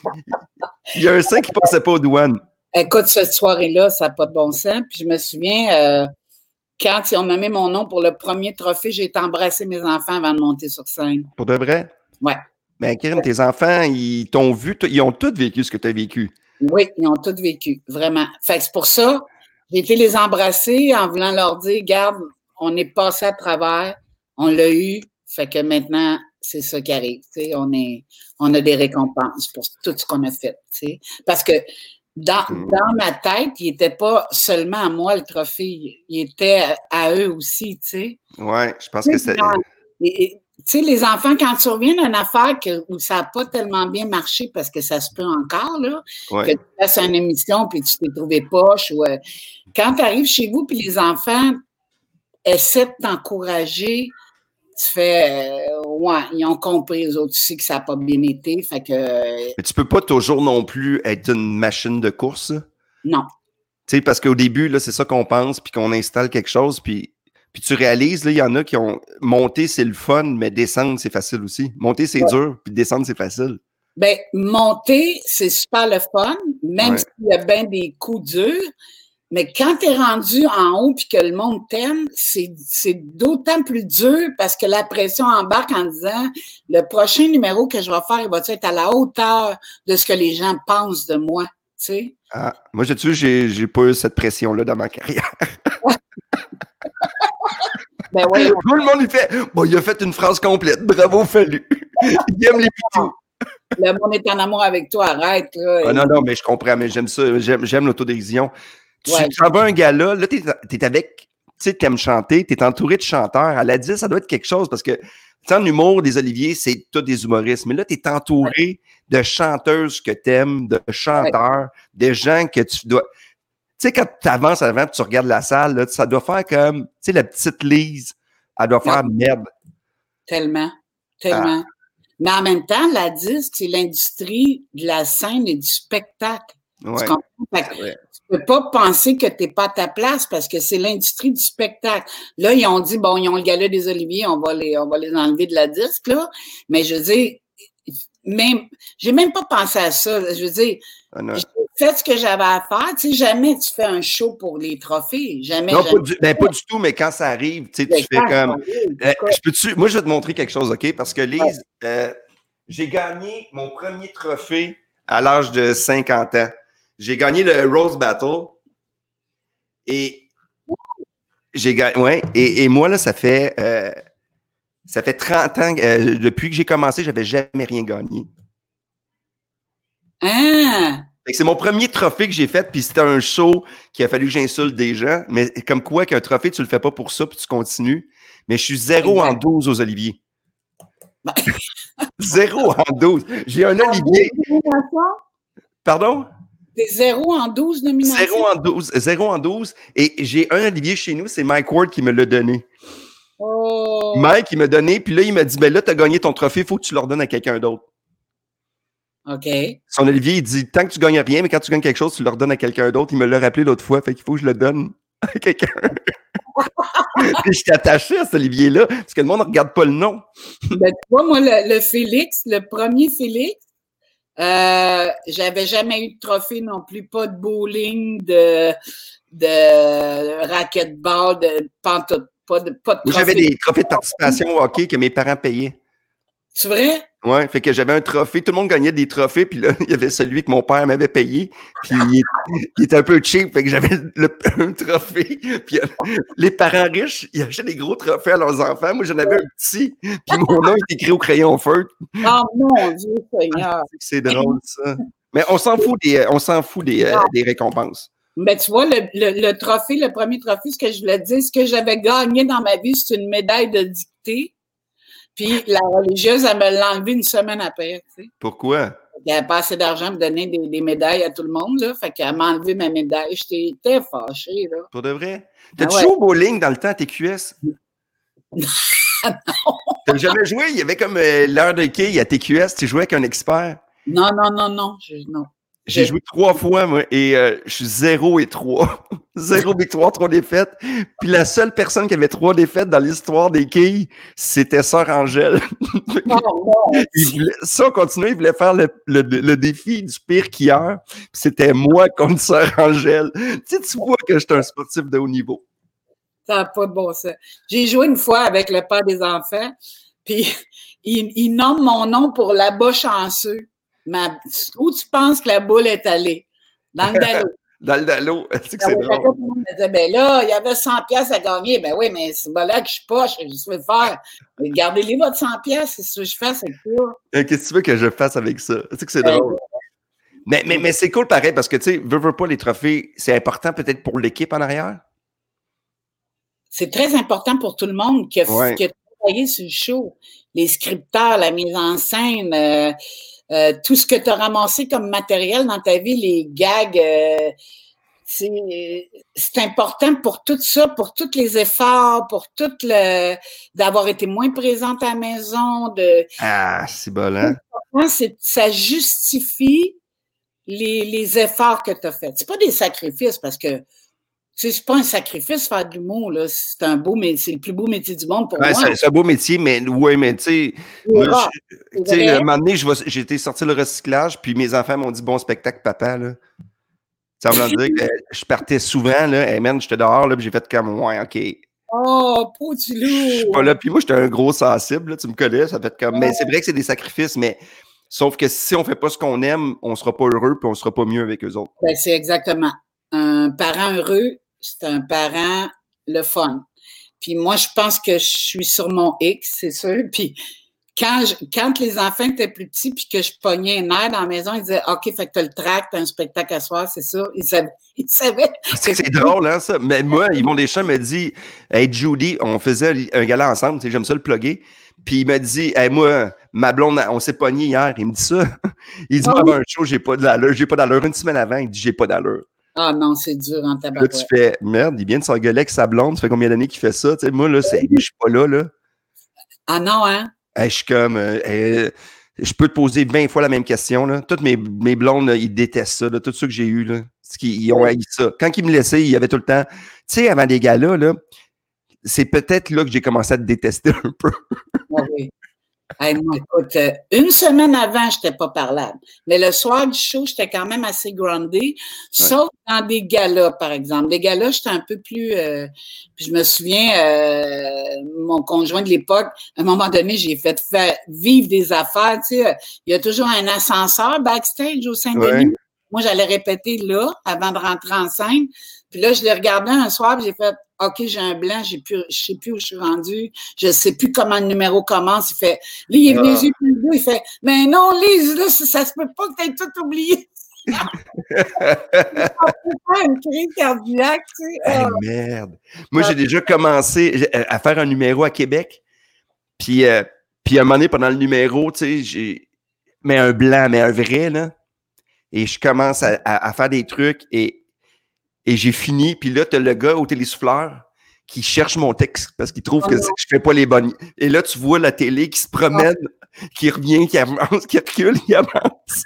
Il y a un sein qui ne passait pas aux douanes. Écoute, cette soirée-là, ça n'a pas de bon sens. Puis je me souviens, euh, quand ils ont nommé mon nom pour le premier trophée, j'ai été embrasser mes enfants avant de monter sur scène. Pour de vrai? Ouais. Mais Karen, tes enfants, ils t'ont vu, ils ont tous vécu ce que tu as vécu. Oui, ils ont tous vécu, vraiment. Fait que c'est pour ça, j'ai été les embrasser en voulant leur dire, garde, on est passé à travers, on l'a eu, fait que maintenant, c'est ça qui arrive. T'sais, on, est, on a des récompenses pour tout ce qu'on a fait. T'sais. Parce que dans, mmh. dans ma tête, il n'était pas seulement à moi le trophée, il était à, à eux aussi. Oui, je pense que c'est... Tu sais, les enfants, quand tu reviens d'une affaire que, où ça n'a pas tellement bien marché, parce que ça se peut encore, là, ouais. que tu fasses une émission puis tu t'es trouvé poche, ou, euh, quand tu arrives chez vous puis les enfants essaient de t'encourager, tu fais, euh, ouais, ils ont compris, eux autres aussi, que ça n'a pas bien été, fait que... Euh, Mais tu peux pas toujours non plus être une machine de course. Non. Tu sais, parce qu'au début, là, c'est ça qu'on pense, puis qu'on installe quelque chose, puis... Puis tu réalises, là, il y en a qui ont monter, c'est le fun, mais descendre, c'est facile aussi. Monter, c'est ouais. dur, puis descendre, c'est facile. Bien, monter, c'est super le fun, même ouais. s'il y a bien des coups durs. Mais quand tu es rendu en haut puis que le monde t'aime, c'est, c'est d'autant plus dur parce que la pression embarque en disant le prochain numéro que je vais faire, il va être à la hauteur de ce que les gens pensent de moi. Tu sais? Ah, moi, j'ai, j'ai, j'ai pas eu cette pression-là dans ma carrière. Ben oui. Tout le monde, il fait, bon, il a fait une phrase complète. Bravo, Fallu. Il aime les pitous. Le monde est en amour avec toi, arrête. Là, ah, non, non, mais je comprends, mais j'aime ça. J'aime, j'aime l'autodérision. Tu Ouais. t'en vas un gala, là, t'es, t'es avec, tu sais, t'aimes chanter, t'es entouré de chanteurs. À la dix, ça doit être quelque chose parce que, tu sais, en humour, des Oliviers, c'est tous des humoristes. Mais là, t'es entouré ouais. de chanteuses que t'aimes, de chanteurs, ouais. de gens que tu dois. Tu sais, quand tu avances avant et tu regardes la salle, là, ça doit faire comme, tu sais, la petite Lise, elle doit faire ouais. merde. Tellement, tellement. Ah. Mais en même temps, la disque, c'est l'industrie de la scène et du spectacle. Ouais. Tu comprends? Tu ne peux pas penser que tu n'es pas à ta place parce que c'est l'industrie du spectacle. Là, ils ont dit, bon, ils ont le gala des Oliviers, on va les, on va les enlever de la disque, là. Mais je veux dire, même, j'ai même pas pensé à ça. Je veux dire, ah j'ai fait ce que j'avais à faire. Tu sais, jamais tu fais un show pour les trophées. Jamais. Non, jamais. Pas, du, ben, pas du tout, mais quand ça arrive, tu sais, tu fais comme. Euh, je peux-tu, moi, je vais te montrer quelque chose, OK? Parce que Lise, ouais. euh, j'ai gagné mon premier trophée à l'âge de cinquante ans. J'ai gagné le Rose Battle. Et j'ai gagné. Ouais. Et, et moi, là, ça fait. Euh, Ça fait trente ans, euh, depuis que j'ai commencé, j'avais jamais rien gagné. Ah! C'est mon premier trophée que j'ai fait, puis c'était un show qui a fallu que j'insulte des gens. Mais comme quoi qu'un trophée, tu le fais pas pour ça, puis tu continues. Mais je suis zéro exact. En douze aux Oliviers. Zéro en douze. J'ai un Olivier. Pardon? T'es zéro en douze nominations? Zéro en douze. Zéro en douze. Et j'ai un Olivier chez nous, c'est Mike Ward qui me l'a donné. Oh. Mike, il m'a donné, puis là, il m'a dit, ben là, tu as gagné ton trophée, il faut que tu le redonnes à quelqu'un d'autre. OK. Son Olivier, il dit, tant que tu gagnes rien, mais quand tu gagnes quelque chose, tu le redonnes à quelqu'un d'autre. Il me l'a rappelé l'autre fois, fait qu'il faut que je le donne à quelqu'un. Puis je suis attaché à cet Olivier-là, parce que le monde ne regarde pas le nom. Ben, tu vois, moi, le, le Félix, le premier Félix, euh, j'avais jamais eu de trophée non plus, pas de bowling, de, de racquetball, de pantoute. Pas de, pas de Moi, j'avais des trophées de participation au hockey que mes parents payaient. C'est vrai? Oui, fait que j'avais un trophée. Tout le monde gagnait des trophets, puis là, il y avait celui que mon père m'avait payé. Puis il, il était un peu cheap, fait que j'avais le, un trophée. Puis les parents riches, ils achetaient des gros trophées à leurs enfants. Moi, j'en avais un petit, puis mon nom est écrit au crayon feutre. Oh mon Dieu Seigneur! C'est drôle, ça. Mais on s'en fout des, on s'en fout des, euh, des récompenses. Ben, tu vois, le, le, le trophée, le premier trophée, ce que je voulais dire, ce que j'avais gagné dans ma vie, c'est une médaille de dictée. Puis la religieuse, elle me l'a enlevée une semaine après. Tu sais. Pourquoi? Elle n'avait pas assez d'argent pour donner des, des médailles à tout le monde. Là. Fait qu'elle m'a enlevé ma médaille. J'étais fâchée. Là. Pour de vrai? T'as-tu ah ouais. joué au bowling dans le temps à T Q S? Non. T'as jamais joué? Il y avait comme euh, l'heure de quilles à T Q S. Tu jouais avec un expert? Non, non, non, non. Je, non. J'ai joué trois fois, moi, et euh, je suis zéro et trois. Zéro victoire, trois défaites. Puis la seule personne qui avait trois défaites dans l'histoire des quilles, c'était Sœur Angèle. Oh, non. Il voulait, ça, on continuait, il voulait faire le, le, le défi du pire quilleur. Puis c'était moi contre Sœur Angèle. Tu sais, tu vois que j'étais un sportif de haut niveau. Ça n'a pas de bon sens. J'ai joué une fois avec le père des enfants, puis il, il nomme mon nom pour là-bas chanceux. Ma... Où tu penses que la boule est allée? Dans le dallo. Dans le dallo, c'est que c'est drôle. Tout le monde me disait, ben là, il y avait cent piastres à gagner. Ben oui, mais c'est là que je suis poche, je sais le faire. Gardez-les votre cent piastres, c'est ce que je fais, c'est ça. Qu'est-ce que tu veux que je fasse avec ça? Tu sais que c'est ben, drôle. Mais, mais, mais c'est cool pareil, parce que, tu sais, veux, veux pas les trophées, c'est important peut-être pour l'équipe en arrière? C'est très important pour tout le monde qui a, ouais. qui a travaillé sur le show. Les scripteurs, la mise en scène... Euh, Euh, tout ce que tu as ramassé comme matériel dans ta vie, les gags, euh, c'est, c'est important pour tout ça, pour tous les efforts, pour tout le d'avoir été moins présente à la maison. De, ah, c'est bon, hein? C'est, ça justifie les, les efforts que tu as faits. C'est pas des sacrifices parce que tu sais, c'est pas un sacrifice faire de l'humour, là. C'est un beau métier, c'est le plus beau métier du monde pour ouais, moi. C'est, c'est un beau métier, mais ouais, mais tu sais, un moment donné, j'ai été sorti le recyclage, puis mes enfants m'ont dit bon spectacle, papa, là. Ça veut dire que je partais souvent, là, hey man, j'étais dehors, là, puis j'ai fait comme ouais, ok. Oh, petit loup! Je suis pas là, puis moi, j'étais un gros sensible, là, tu me connais, ça fait comme. Oh. Mais c'est vrai que c'est des sacrifices, mais sauf que si on fait pas ce qu'on aime, on sera pas heureux, puis on sera pas mieux avec eux autres. Ben, c'est exactement. Un parent heureux, c'est un parent le fun. Puis moi, je pense que je suis sur mon X, c'est sûr. Puis quand, je, quand les enfants étaient plus petits puis que je pognais un air dans la maison, ils disaient « OK, fait que t'as le tract, t'as un spectacle à soir, c'est ça. » Ils savaient. Ils savaient. C'est, c'est drôle, hein, ça. Mais moi, Yvon Deschamps me dit « Hey, Judy, on faisait un gala ensemble, tu sais, j'aime ça le plugger. » Puis il m'a dit « Hey, moi, ma blonde, on s'est pogné hier. » Il me dit ça. Il dit « Moi, avant un show, j'ai pas d'allure. J'ai pas d'allure. » Une semaine avant, il dit « J'ai pas d'allure. » Ah non, c'est dur en tabarouette. Là, tu fais « Merde, il vient de s'engueuler avec sa blonde. Ça fait combien d'années qu'il fait ça? » Tu sais, moi, là, c'est, je suis pas là, là. Ah non, hein? Hey, je suis comme, euh, euh, je peux te poser vingt fois la même question. Là. Toutes mes, mes blondes, là, ils détestent ça. Là. Tout ceux que j'ai eu, là, qu'ils, ils ont haï ça. Quand ils me laissaient, il y avait tout le temps. Tu sais, avant des galas, là, c'est peut-être là que j'ai commencé à te détester un peu. Ah oui. Hey, moi, écoute, euh, une semaine avant, je n'étais pas parlable. Mais le soir du show, j'étais quand même assez groundée, ouais. Sauf dans des galas, par exemple. Des galas, j'étais un peu plus... Euh, puis je me souviens, euh, mon conjoint de l'époque, à un moment donné, j'ai fait faire vivre des affaires. Tu sais, il y a toujours un ascenseur backstage au Saint-Denis. Ouais. Moi, j'allais répéter là, avant de rentrer en scène. Puis là, je l'ai regardé un soir, puis j'ai fait... OK, j'ai un blanc, j'ai plus, je sais plus où je suis rendue, je sais plus comment le numéro commence. Il fait, là, il est venu les yeux plus doux, il fait, mais non, Lise, là, ça, ça se peut pas que tu aies tout oublié. Une crise cardiaque, tu sais. Hey, oh. Merde. Moi, j'ai déjà commencé à faire un numéro à Québec. Puis, euh, puis à un moment donné, pendant le numéro, tu sais, j'ai, mais un blanc, mais un vrai, là. Et je commence à, à, à faire des trucs et Et j'ai fini, puis là, t'as le gars au télésouffleur qui cherche mon texte parce qu'il trouve oh que non. je fais pas les bonnes. Et là, tu vois la télé qui se promène, oh. qui revient, qui avance, qui recule, qui avance.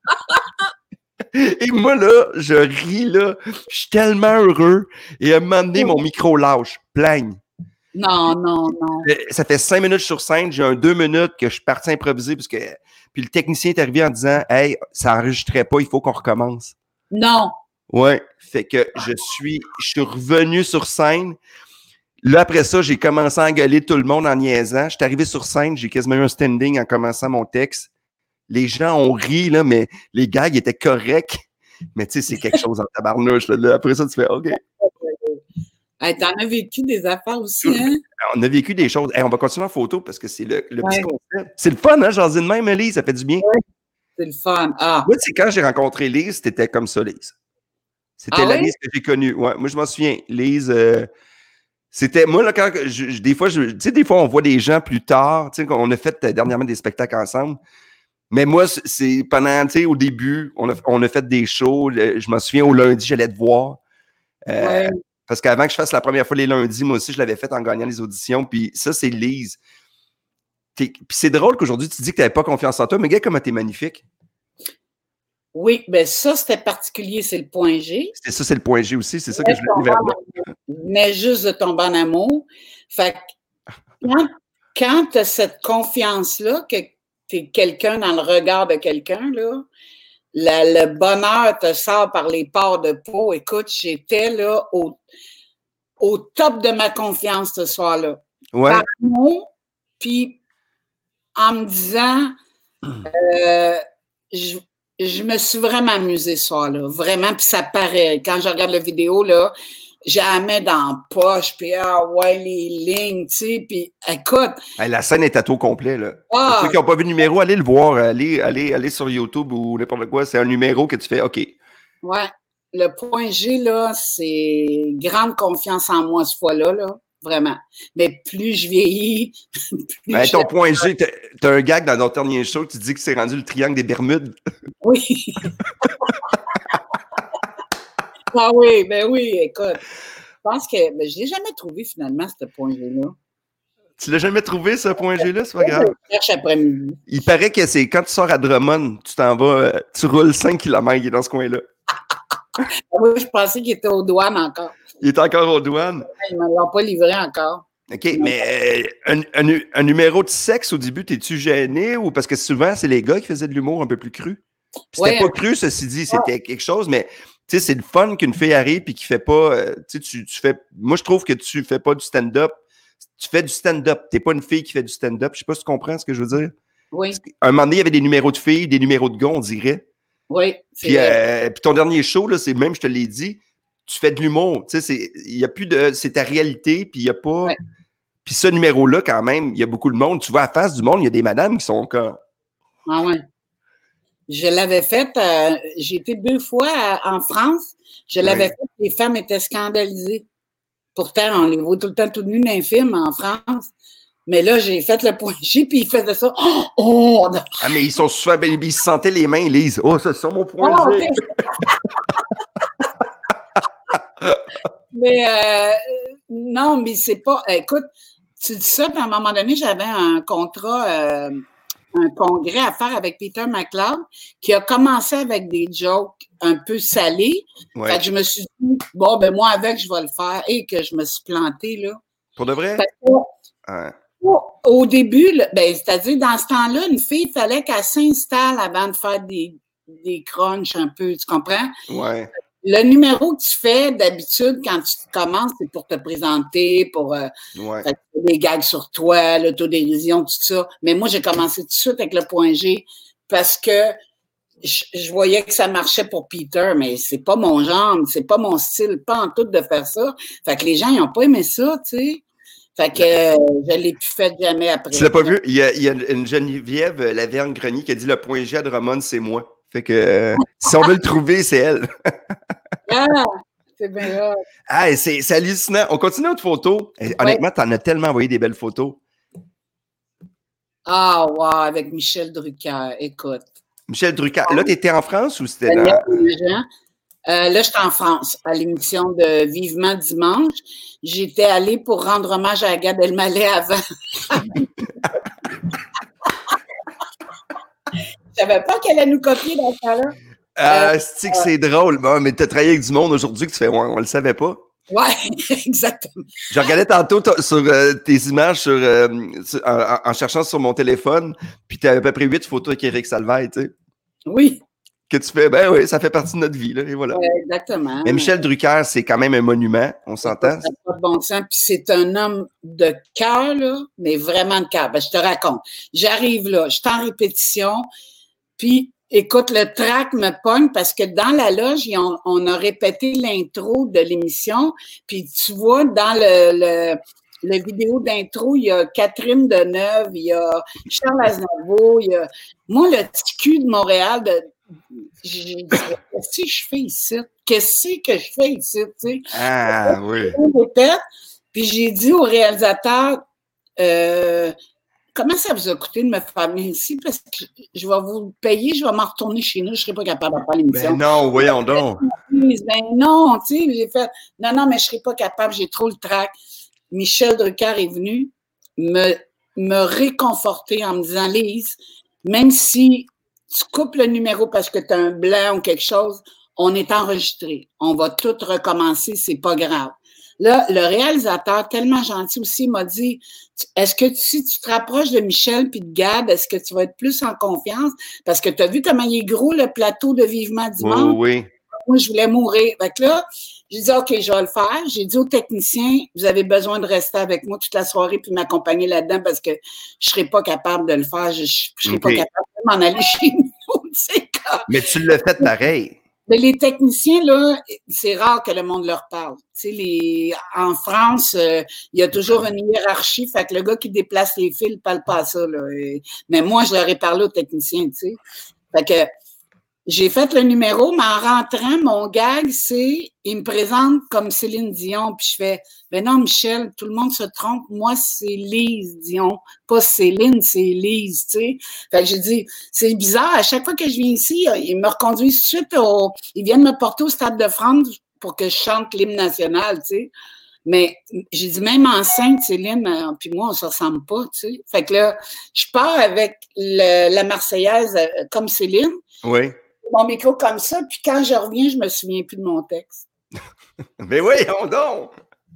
Et moi, là, je ris, là. Je suis tellement heureux. Et à un moment donné, mon micro lâche. Plagne. Non, non, non. Ça fait cinq minutes sur scène. J'ai un deux minutes que je suis parti improviser parce que... Puis le technicien est arrivé en disant « Hey, ça enregistrait pas, il faut qu'on recommence. » Non. Ouais, fait que je suis, je suis revenu sur scène. Là, après ça, j'ai commencé à engueuler tout le monde en niaisant. Je suis arrivé sur scène, j'ai quasiment eu un standing en commençant mon texte. Les gens ont ri, là, mais les gags étaient corrects. Mais tu sais, c'est quelque chose en tabarnouche. Là. Après ça, tu fais OK. Hey, t'en as vécu des affaires aussi, hein? On a vécu des choses. Hey, on va continuer en photo parce que c'est le, le ouais. petit concept. C'est le fun, hein, jaser de même, Lise, ça fait du bien. Ouais, c'est le fun. Ah. Moi, c'est quand j'ai rencontré Lise, c'était comme ça, Lise. C'était ah la oui? Lise que j'ai connue. Ouais, moi, je m'en souviens. Lise, euh, c'était... Moi, là, quand... Je, je, des fois, tu sais, des fois, on voit des gens plus tard. Tu sais, on a fait euh, dernièrement des spectacles ensemble. Mais moi, c'est pendant... Tu sais, au début, on a, on a fait des shows. Je m'en souviens, au lundi, j'allais te voir. Euh, ouais. Parce qu'avant que je fasse la première fois les lundis, moi aussi, je l'avais fait en gagnant les auditions. Puis ça, c'est Lise. Puis c'est drôle qu'aujourd'hui, tu dis que tu n'avais pas confiance en toi. Mais gars, comment t'es magnifique. Oui, bien ça, c'était particulier, c'est le point G. C'est ça, c'est le point G aussi, c'est ça que je voulais dire. Mais juste de tomber en amour. Fait que quand, quand tu as cette confiance-là, que tu es quelqu'un dans le regard de quelqu'un, là, la, le bonheur te sort par les pores de peau. Écoute, j'étais là au, au top de ma confiance ce soir-là. Ouais. Par amour, puis en me disant, euh, je Je me suis vraiment amusée ce soir-là, vraiment, puis ça paraît. Quand je regarde la vidéo, là, j'ai la main dans la poche, puis ah ouais, les lignes, tu sais, puis écoute. Hey, la scène est à taux complet, là. Ah, pour ceux qui n'ont pas vu le numéro, allez le voir, allez, allez, allez sur YouTube ou n'importe quoi, c'est un numéro que tu fais, OK. Ouais, le point G, là, c'est grande confiance en moi ce fois-là, là. Vraiment. Mais plus je vieillis, plus hey, je... ton point G, t'as, t'as un gag dans notre dernier show, tu dis que c'est rendu le triangle des Bermudes. Oui. Ah oui, ben oui, écoute. Je pense que ben, je ne l'ai jamais trouvé finalement, ce point G-là. Tu l'as jamais trouvé, ce point G-là? C'est pas grave. Je cherche après-midi. Il paraît que c'est quand tu sors à Drummond, tu t'en vas, tu roules cinq kilomètres, il est dans ce coin-là. Oui, je pensais qu'il était aux douanes encore. Il est encore aux douanes. Ils ne me l'ont pas livré encore. OK, mais euh, un, un, un numéro de sexe au début, t'es-tu gêné ou parce que souvent, c'est les gars qui faisaient de l'humour un peu plus cru? C'était ouais, pas cru, ceci dit, c'était ouais. quelque chose, mais tu sais, c'est le fun qu'une fille arrive et qui fait pas. Euh, tu, tu fais. Moi, je trouve que tu fais pas du stand-up. Tu fais du stand-up. T'es pas une fille qui fait du stand-up. Je sais pas si tu comprends ce que je veux dire. Oui. À un moment donné, il y avait des numéros de filles, des numéros de gars, on dirait. Oui. Puis, euh, puis ton dernier show, là, c'est même, je te l'ai dit, tu fais de l'humour. Tu sais, il n'y a plus de. C'est ta réalité, puis il n'y a pas. Ouais. Puis ce numéro-là, quand même, il y a beaucoup de monde. Tu vois, à face du monde, il y a des madames qui sont comme. Ah ouais. Je l'avais fait, euh, j'ai été deux fois à, en France. Je l'avais Oui. fait, les femmes étaient scandalisées. Pourtant, on les voit tout le temps tout nus dans les films en France. Mais là, j'ai fait le point G, puis ils faisaient ça. Oh! oh ah, mais ils sont souvent. Ils se sentaient les mains, ils lisent. Oh, ça, c'est mon point oh, G. Okay. mais euh, non, mais c'est pas. Écoute, tu dis ça, puis à un moment donné, j'avais un contrat, euh, un congrès à faire avec Peter McLeod, qui a commencé avec des jokes un peu salés. Ouais. Fait que je me suis dit, bon, ben moi, avec, je vais le faire. Et que je me suis plantée, là. Pour de vrai? Fait que, ouais. Au début, là, ben, c'est-à-dire, dans ce temps-là, une fille, il fallait qu'elle s'installe avant de faire des, des crunchs un peu, tu comprends? Ouais. Le numéro que tu fais, d'habitude, quand tu commences, c'est pour te présenter, pour euh, ouais. faire des gags sur toi, l'autodérision, tout ça. Mais moi, j'ai commencé tout de suite avec le point G parce que je, je voyais que ça marchait pour Peter, mais c'est pas mon genre, c'est pas mon style, pas en tout de faire ça. Fait que les gens, ils ont pas aimé ça, tu sais. Fait que euh, je l'ai plus fait jamais après. Tu l'as pas vu? Il y a, il y a une Geneviève Laverne-Grenier qui a dit le point G à Drummond, c'est moi. Fait que euh, si on veut le trouver, c'est elle. ah, c'est bien là. Ah, c'est, c'est hallucinant. On continue notre photo. Et, honnêtement, ouais. T'en as tellement envoyé des belles photos. Ah, wow, avec Michel Drucker, écoute. Michel Drucker. Là, t'étais en France ou c'était dans... Euh, là, j'étais en France, à l'émission de Vivement Dimanche. J'étais allée pour rendre hommage à Gad Elmaleh avant. Je savais pas qu'elle allait nous copier dans ce temps-là. Ah, euh, c'est que c'est drôle. Bon, mais tu as travaillé avec du monde aujourd'hui que tu fais, ouais, on le savait pas. Oui, exactement. Je regardais tantôt t- sur euh, tes images sur, euh, sur, en, en cherchant sur mon téléphone, puis tu avais à peu près huit photos avec Éric Salvaille, tu sais. Oui. Que tu fais, ben oui, ça fait partie de notre vie, là, et voilà. Oui, exactement. Mais Michel Drucker, c'est quand même un monument, on s'entend. Ça n'a pas de bon sens, puis c'est un homme de cœur, là, mais vraiment de cœur. Ben, je te raconte. J'arrive là, je suis en répétition, puis écoute, le track me pogne parce que dans la loge, on, on a répété l'intro de l'émission, puis tu vois, dans le... le La vidéo d'intro, il y a Catherine Deneuve, il y a Charles Aznavour, il y a... Moi, le petit cul de Montréal, de... j'ai dit, qu'est-ce que je fais ici? Qu'est-ce que je fais ici? Tu sais? Ah, oui. Puis j'ai dit au réalisateur, euh, comment ça vous a coûté de me faire venir ici? Parce que je vais vous payer, je vais m'en retourner chez nous, je ne serai pas capable de faire l'émission. Ben non, voyons donc. Ben non, tu sais, j'ai fait, non, non, mais je ne serai pas capable, j'ai trop le trac. Michel Drucker est venu me, me réconforter en me disant, Lise, même si tu coupes le numéro parce que tu as un blanc ou quelque chose, on est enregistré. On va tout recommencer, c'est pas grave. Là, le réalisateur, tellement gentil aussi, m'a dit, est-ce que tu, si tu te rapproches de Michel puis de Gad, est-ce que tu vas être plus en confiance? Parce que tu as vu comment il est gros, le plateau de Vivement Dimanche. Oui, oui. Moi, je voulais mourir. Fait que là, j'ai dit, OK, je vais le faire. J'ai dit aux techniciens, vous avez besoin de rester avec moi toute la soirée puis m'accompagner là-dedans parce que je serais pas capable de le faire. Je, ne serais okay. pas capable de m'en aller chez nous. Mais tu l'as fait pareil. Mais les techniciens, là, c'est rare que le monde leur parle. Tu sais, les, en France, euh, il y a toujours une hiérarchie. Fait que le gars qui déplace les fils ne parle pas à ça, là. Et, mais moi, je leur ai parlé aux techniciens, tu sais. Fait que j'ai fait le numéro, mais en rentrant, mon gag, c'est, il me présente comme Céline Dion, puis je fais, ben non, Michel, tout le monde se trompe, moi, c'est Lise Dion, pas Céline, c'est Lise, tu sais. Fait que j'ai dit, c'est bizarre, à chaque fois que je viens ici, ils me reconduisent tout de suite au, ils viennent me porter au Stade de France pour que je chante l'hymne national, tu sais. Mais j'ai dit, même enceinte, Céline, euh, puis moi, on se ressemble pas, tu sais. Fait que là, je pars avec le, la Marseillaise euh, comme Céline. Oui. Mon micro comme ça, puis quand je reviens, je me souviens plus de mon texte. Mais voyons donc!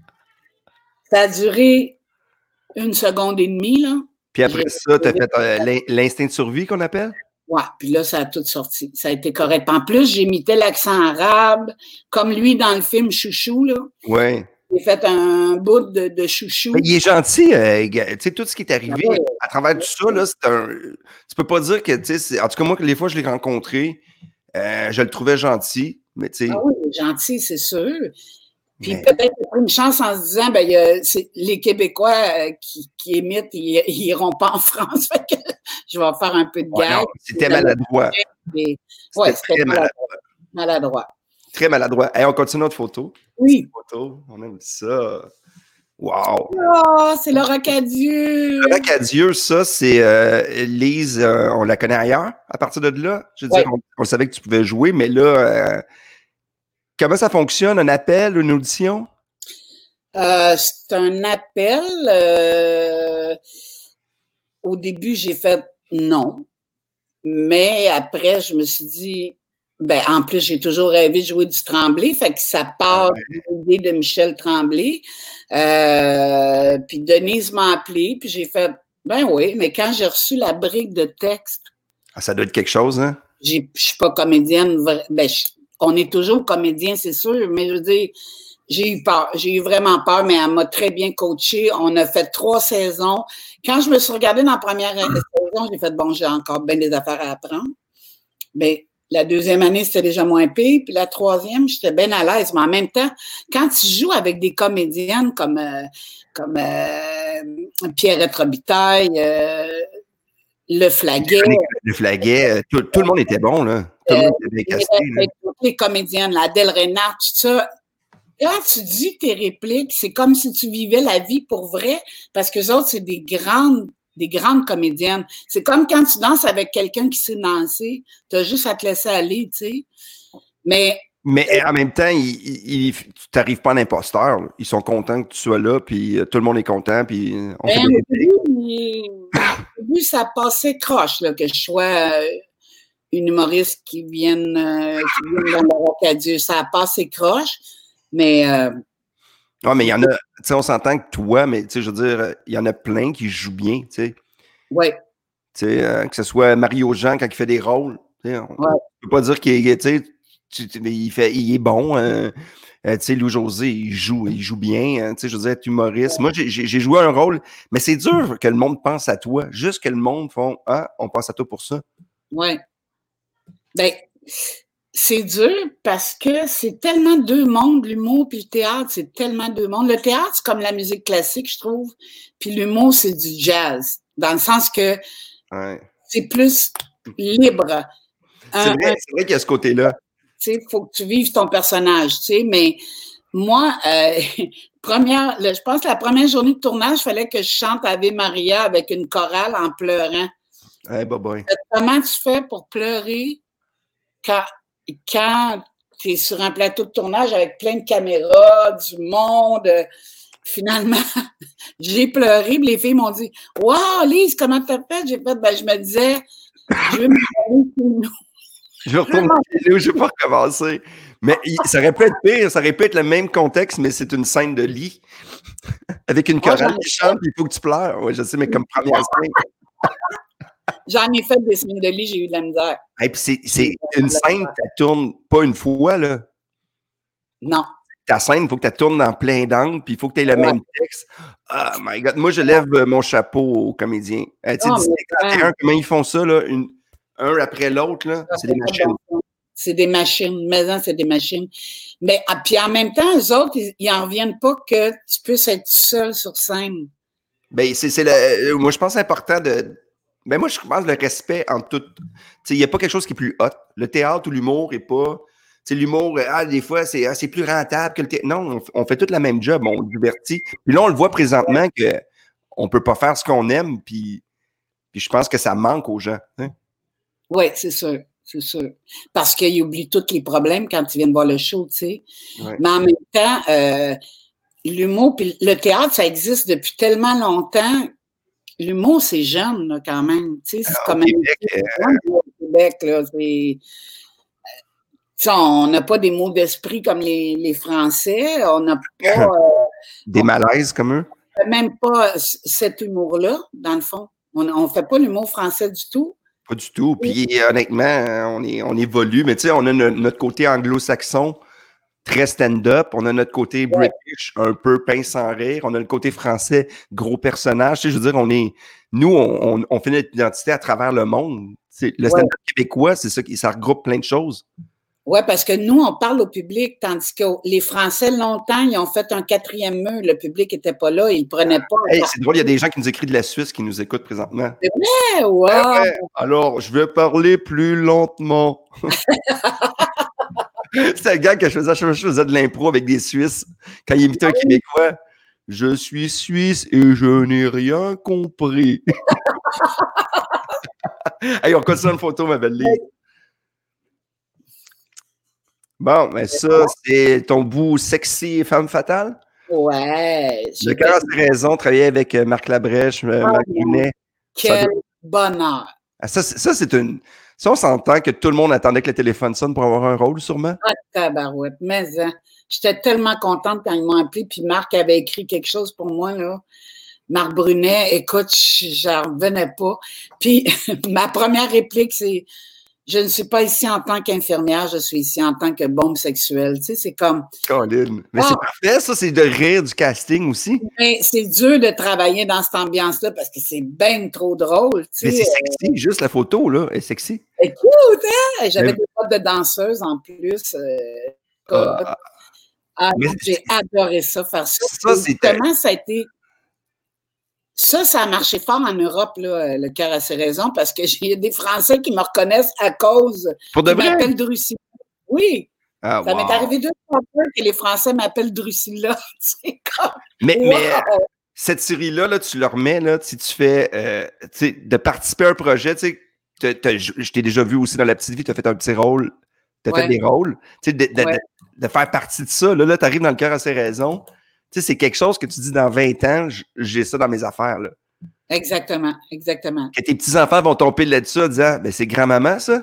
Ça a duré une seconde et demie, là. Puis après J'ai... ça, tu as fait euh, l'instinct de survie qu'on appelle? Ouais, puis là, ça a tout sorti. Ça a été correct. En plus, j'imitais l'accent arabe, comme lui dans le film Chouchou, là. Oui. J'ai fait un bout de, de Chouchou. Mais il est gentil. Euh, tu sais, tout ce qui est arrivé ouais. à travers tout ça, là, c'est un... Tu peux pas dire que, tu sais, en tout cas, moi, les fois que je l'ai rencontré, euh, je le trouvais gentil. Mais tu sais. Ah oui, gentil, c'est sûr. Puis mais... peut-être qu'il a pris une chance en se disant, ben, il y a, c'est, les Québécois euh, qui, qui émitent, ils, ils iront pas en France. Fait que je vais faire un peu de Ouais, gag. non, c'était maladroit. Et, c'était ouais, très c'était maladroit. maladroit. Très maladroit. Hey, on continue notre photo. Oui. Photo. On aime ça. Wow! Oh, c'est le Rocadieu! Le Rocadieu, ça, c'est euh, Lise, euh, on la connaît ailleurs à partir de là. Je veux Ouais. dire, on, on savait que tu pouvais jouer, mais là, euh, comment ça fonctionne? Un appel, une audition? Euh, c'est un appel. Euh, au début, j'ai fait non. Mais après, je me suis dit, ben, en plus, j'ai toujours rêvé de jouer du Tremblay, fait que ça part Ouais. de l'idée de Michel Tremblay. Euh, puis Denise m'a appelé, puis j'ai fait, ben oui, mais quand j'ai reçu la brique de texte, Ah, ça doit être quelque chose, hein? Je suis pas comédienne, ben, je, on est toujours comédien, c'est sûr, mais je veux dire, j'ai eu peur, j'ai eu vraiment peur, mais elle m'a très bien coachée. On a fait trois saisons. Quand je me suis regardée dans la première saison, j'ai fait, bon, j'ai encore bien des affaires à apprendre. Mais la deuxième année, c'était déjà moins pire. Puis la troisième, j'étais bien à l'aise. Mais en même temps, quand tu joues avec des comédiennes comme, euh, comme euh, Pierrette Robitaille, euh, Le Flaguet. Le Flaguet, tout, tout le monde était bon, là. Tout le monde était bien casté. Euh, toutes les comédiennes, la Adèle Reynard, tout ça. Quand tu dis tes répliques, c'est comme si tu vivais la vie pour vrai, parce que les autres, c'est des grandes, des grandes comédiennes. C'est comme quand tu danses avec quelqu'un qui sait danser, tu as juste à te laisser aller, tu sais. Mais. Mais en même temps, il, il, tu n'arrives pas en imposteur. Là. Ils sont contents que tu sois là, puis tout le monde est content, puis on Ben, fait au début, au début, ça passait croche, là, que je sois une humoriste qui vienne, euh, qui vienne dans le Rocadieu. Ça a passé croche. Mais. Euh, ouais, mais il y en a, tu sais, on s'entend que toi, mais tu sais, je veux dire, il y en a plein qui jouent bien, tu sais. Oui. Tu sais, euh, que ce soit Mario Jean quand il fait des rôles, tu sais, on ne ouais. peut pas dire qu'il est, tu sais, il, fait, il est bon. Euh, euh, tu sais, Louis-José, il joue, il joue bien. Hein, tu sais, je veux dire, être humoriste. Ouais. Moi, j'ai, j'ai joué un rôle, mais c'est dur que le monde pense à toi. Juste que le monde font, ah, on pense à toi pour ça. Oui. Ben. C'est dur parce que c'est tellement deux mondes, l'humour puis le théâtre, c'est tellement deux mondes. Le théâtre, c'est comme la musique classique, je trouve, puis l'humour, c'est du jazz, dans le sens que ouais. c'est plus libre. C'est un, vrai, c'est vrai qu'il y a ce côté-là. Tu sais, il faut que tu vives ton personnage, tu sais, mais moi, euh, première, je pense que la première journée de tournage, il fallait que je chante Ave Maria avec une chorale en pleurant. Hey, bye bye. Comment tu fais pour pleurer quand... quand tu es sur un plateau de tournage avec plein de caméras, du monde, euh, finalement, j'ai pleuré, les filles m'ont dit « Wow, Lise, comment t'as fait? » J'ai fait, ben, je me disais, je veux me retourner chez nous. Je veux retourner chez nous, je ne vais pas recommencer. Mais ça aurait pu être pire, ça aurait pu être le même contexte, mais c'est une scène de lit. Avec une chorale oh, qui chante, il faut que tu pleures. Oui, je sais, mais comme première scène. J'en ai fait des scènes de lit, j'ai eu de la misère. Et puis c'est, c'est une scène, tu la tournes pas une fois, là. Non. Ta scène, il faut que tu la tournes dans plein d'angles, puis il faut que tu aies le ouais. même texte. Oh my God. Moi, je lève mon chapeau aux comédiens. Euh, tu sais, oh, trente et un, comment ils font ça, là, une, un après l'autre, là? C'est des machines. C'est des machines. Mais c'est des machines. Mais ah, puis en même temps, eux autres, ils n'en reviennent pas que tu puisses être seul sur scène. Ben, c'est, c'est le, moi, je pense que c'est important de. Ben moi, je pense le respect en tout. Tu sais, il n'y a pas quelque chose qui est plus hot. Le théâtre ou l'humour n'est pas. Tu sais, l'humour, ah, des fois, c'est, ah, c'est plus rentable que le théâtre. Non, on, on fait tout le même job, on divertit. Puis là, on le voit présentement ouais. qu'on ne peut pas faire ce qu'on aime, puis, puis je pense que ça manque aux gens. Hein? Oui, c'est sûr, c'est sûr. Parce qu'ils oublient tous les problèmes quand ils viennent voir le show, tu sais. Ouais. Mais en même temps, euh, l'humour, puis le théâtre, ça existe depuis tellement longtemps. L'humour, c'est jeune, là, quand même. Tu sais, c'est quand même. Québec, euh... au Québec, là, c'est. T'sais, on n'a pas des mots d'esprit comme les, les Français. On n'a pas. Euh, des malaises comme eux. On ne fait même pas cet humour-là, dans le fond. On ne fait pas l'humour français du tout. Pas du tout. Puis honnêtement, on, est, on évolue. Mais tu sais, on a no, notre côté anglo-saxon. Très stand-up. On a notre côté British, un peu pince sans rire. On a le côté français, gros personnage. Tu sais, je veux dire, on est. Nous, on, on, on fait notre identité à travers le monde. C'est, le stand-up ouais. québécois, c'est ça qui ça regroupe plein de choses. Oui, parce que nous, on parle au public, tandis que les Français, longtemps, ils ont fait un quatrième mur. Le public n'était pas là, ils ne prenaient pas. Hey, c'est drôle, il y a des gens qui nous écrivent de la Suisse qui nous écoutent présentement. C'est vrai, wow! Ah ouais. Alors, je vais parler plus lentement. C'est un gars que je faisais, je faisais de l'impro avec des Suisses. Quand il imitait un Québécois, je suis Suisse et je n'ai rien compris. Hey, on continue une photo, ma belle Lise. Bon, mais ça, c'est ton bout sexy femme fatale? Ouais. Le cœur a ses raisons, travailler avec Marc Labrèche, oh, Marc Brunet. Quel ça, bonheur. Ça, ça c'est une... Ça, on s'entend que tout le monde attendait que le téléphone sonne pour avoir un rôle, sûrement. Ah, tabarouette, mais hein, j'étais tellement contente quand ils m'ont appelé, puis Marc avait écrit quelque chose pour moi, là. Marc Brunet, écoute, j'en revenais pas. Puis, ma première réplique, c'est « Je ne suis pas ici en tant qu'infirmière, je suis ici en tant que bombe sexuelle. » Tu sais, c'est comme... Colin. Mais ah, c'est parfait, ça, c'est de rire du casting aussi. Mais c'est dur de travailler dans cette ambiance-là parce que c'est bien trop drôle. Tu mais sais, c'est sexy, euh... juste la photo, là, est sexy. Écoute, hein? J'avais mais... des potes de danseuses en plus. Euh... Ah, ah, j'ai adoré ça, faire ça. Ça, Justement, ça a été... Ça, ça a marché fort en Europe, là, le cœur a ses raisons, parce que j'ai des Français qui me reconnaissent à cause. Pour de vrai? Ils m'appellent Drusilla. Oui. Ah, ça wow. m'est arrivé deux fois que les Français m'appellent Drusilla. C'est comme. Mais, wow. mais cette série-là, là, tu le remets, là, si tu fais euh, tu sais, de participer à un projet, tu sais, je t'ai déjà vu aussi dans La Petite Vie, tu as fait un petit rôle, tu as ouais. fait des rôles. Tu sais, de, de, ouais. de, de faire partie de ça, là, là tu arrives dans le cœur à ses raisons. Tu sais, c'est quelque chose que tu dis dans vingt ans, j'ai ça dans mes affaires, là. Exactement, exactement. Que tes petits-enfants vont tomber là-dessus en disant, ben, c'est grand-maman, ça?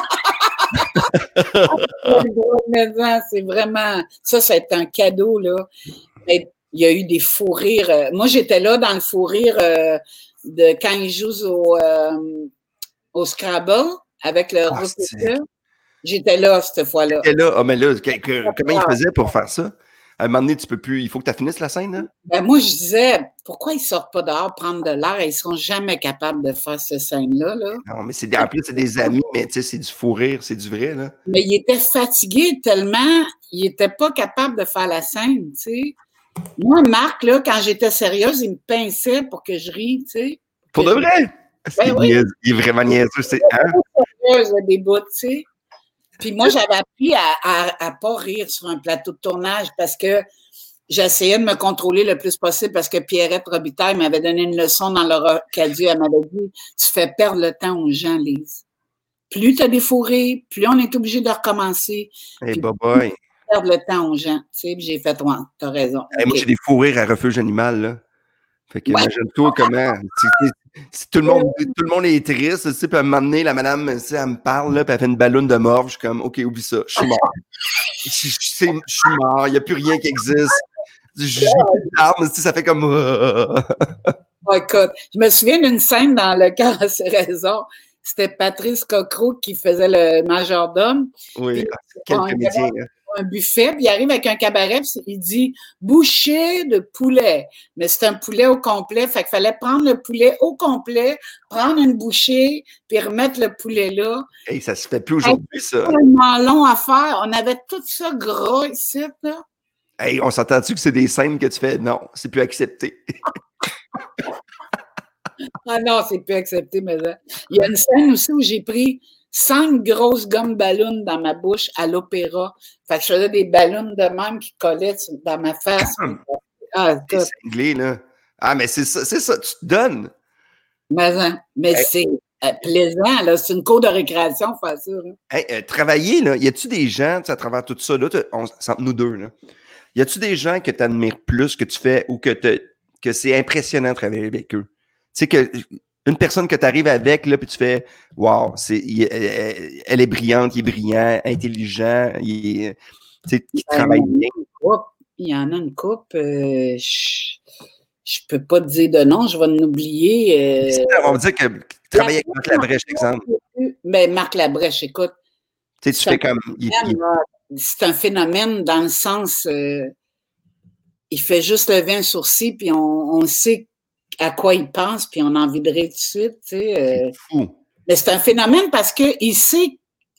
C'est vraiment, ça, c'est un cadeau, là. Il y a eu des fous rires. Moi, j'étais là dans le fou rire euh, de quand ils jouent au, euh, au Scrabble avec le ah, routier. J'étais là cette fois-là. J'étais là. Ah, mais là, que, que, comment ils faisaient pour faire ça? À un moment donné, tu peux plus. Il faut que tu finisses la scène, là? Ben, moi, je disais, pourquoi ils sortent pas dehors prendre de l'air? Ils seront jamais capables de faire cette scène-là, là. Non, mais c'est en plus, c'est des amis, mais tu sais, c'est du fou rire, c'est du vrai, là. Mais ils étaient fatigués tellement, ils étaient pas capables de faire la scène, tu sais. Moi, Marc, là, quand j'étais sérieuse, il me pinçait pour que je rie, tu sais. Pour de vrai? Ben, oui. Il est vraiment niaiseux, c'est... Hein? Sérieuse, des bouts, tu sais. Puis moi, j'avais appris à, à, à pas rire sur un plateau de tournage parce que j'essayais de me contrôler le plus possible parce que Pierrette Robitaille m'avait donné une leçon dans le Cadieux. Elle m'avait dit, tu fais perdre le temps aux gens, Lise. Plus tu as des fous rires, plus on est obligé de recommencer. Hey, bye bye. Perdre le temps aux gens. Tu sais, j'ai fait, ouais, t'as raison. Hey, okay. Moi, j'ai des fous rires à refuge animal, là. Fait que, ouais. Imagine-toi comment. Si, si tout, le monde, tout le monde est triste, tu sais, puis à un moment donné, la madame, tu sais, elle me parle, là, puis elle fait une balloune de mort, je suis comme, OK, oublie ça, je suis mort. Je, je, je, je suis mort, il n'y a plus rien qui existe. Je joue d'armes, tu sais, ça fait comme. Oh, écoute, je me souviens d'une scène dans Le cœur a ses raisons. C'était Patrice Cocro qui faisait le majordome. Oui, puis, quel comédien, hein. Un buffet, puis il arrive avec un cabaret, puis il dit « bouchée de poulet ». Mais c'est un poulet au complet, fait qu'il fallait prendre le poulet au complet, prendre une bouchée, puis remettre le poulet là. Hey, ça se fait plus aujourd'hui, ça. C'était tellement long à faire. On avait tout ça gras ici, là. Hey, on s'entend-tu que c'est des scènes que tu fais? Non, c'est plus accepté. Ah non, c'est plus accepté, mais là. Il y a une scène aussi où j'ai pris cinq grosses gommes ballons dans ma bouche à l'opéra. Fait que je faisais des ballons de même qui collaient dans ma face. Ah, t'es cinglé, là. Ah, mais c'est ça, c'est ça, tu te donnes. Mais, mais hey. C'est euh, plaisant, là. C'est une cour de récréation, faire ça. Là. Hey, euh, travailler, là, y a-tu des gens, à travers tout ça, là, on, entre nous deux, là, y a-tu des gens que tu admires plus que tu fais ou que, te, que c'est impressionnant de travailler avec eux? Tu sais que une personne que tu arrives avec, là, puis tu fais « Wow, c'est, il, elle, elle est brillante, il est brillant, intelligent, il, est, tu sais, il travaille bien. » Il y en a une coupe, euh, je ne peux pas te dire de nom, je vais en oublier. Euh, on va dire que tu travailles avec Marc Labrèche, exemple. Mais Marc Labrèche, écoute. Tu sais, tu fais comme... Il, il... C'est un phénomène dans le sens, euh, il fait juste lever un sourcil, puis on, on sait à quoi il pense, puis on a envie de rire tout de suite. Tu sais, euh. C'est fou. Mais c'est un phénomène parce qu'il sait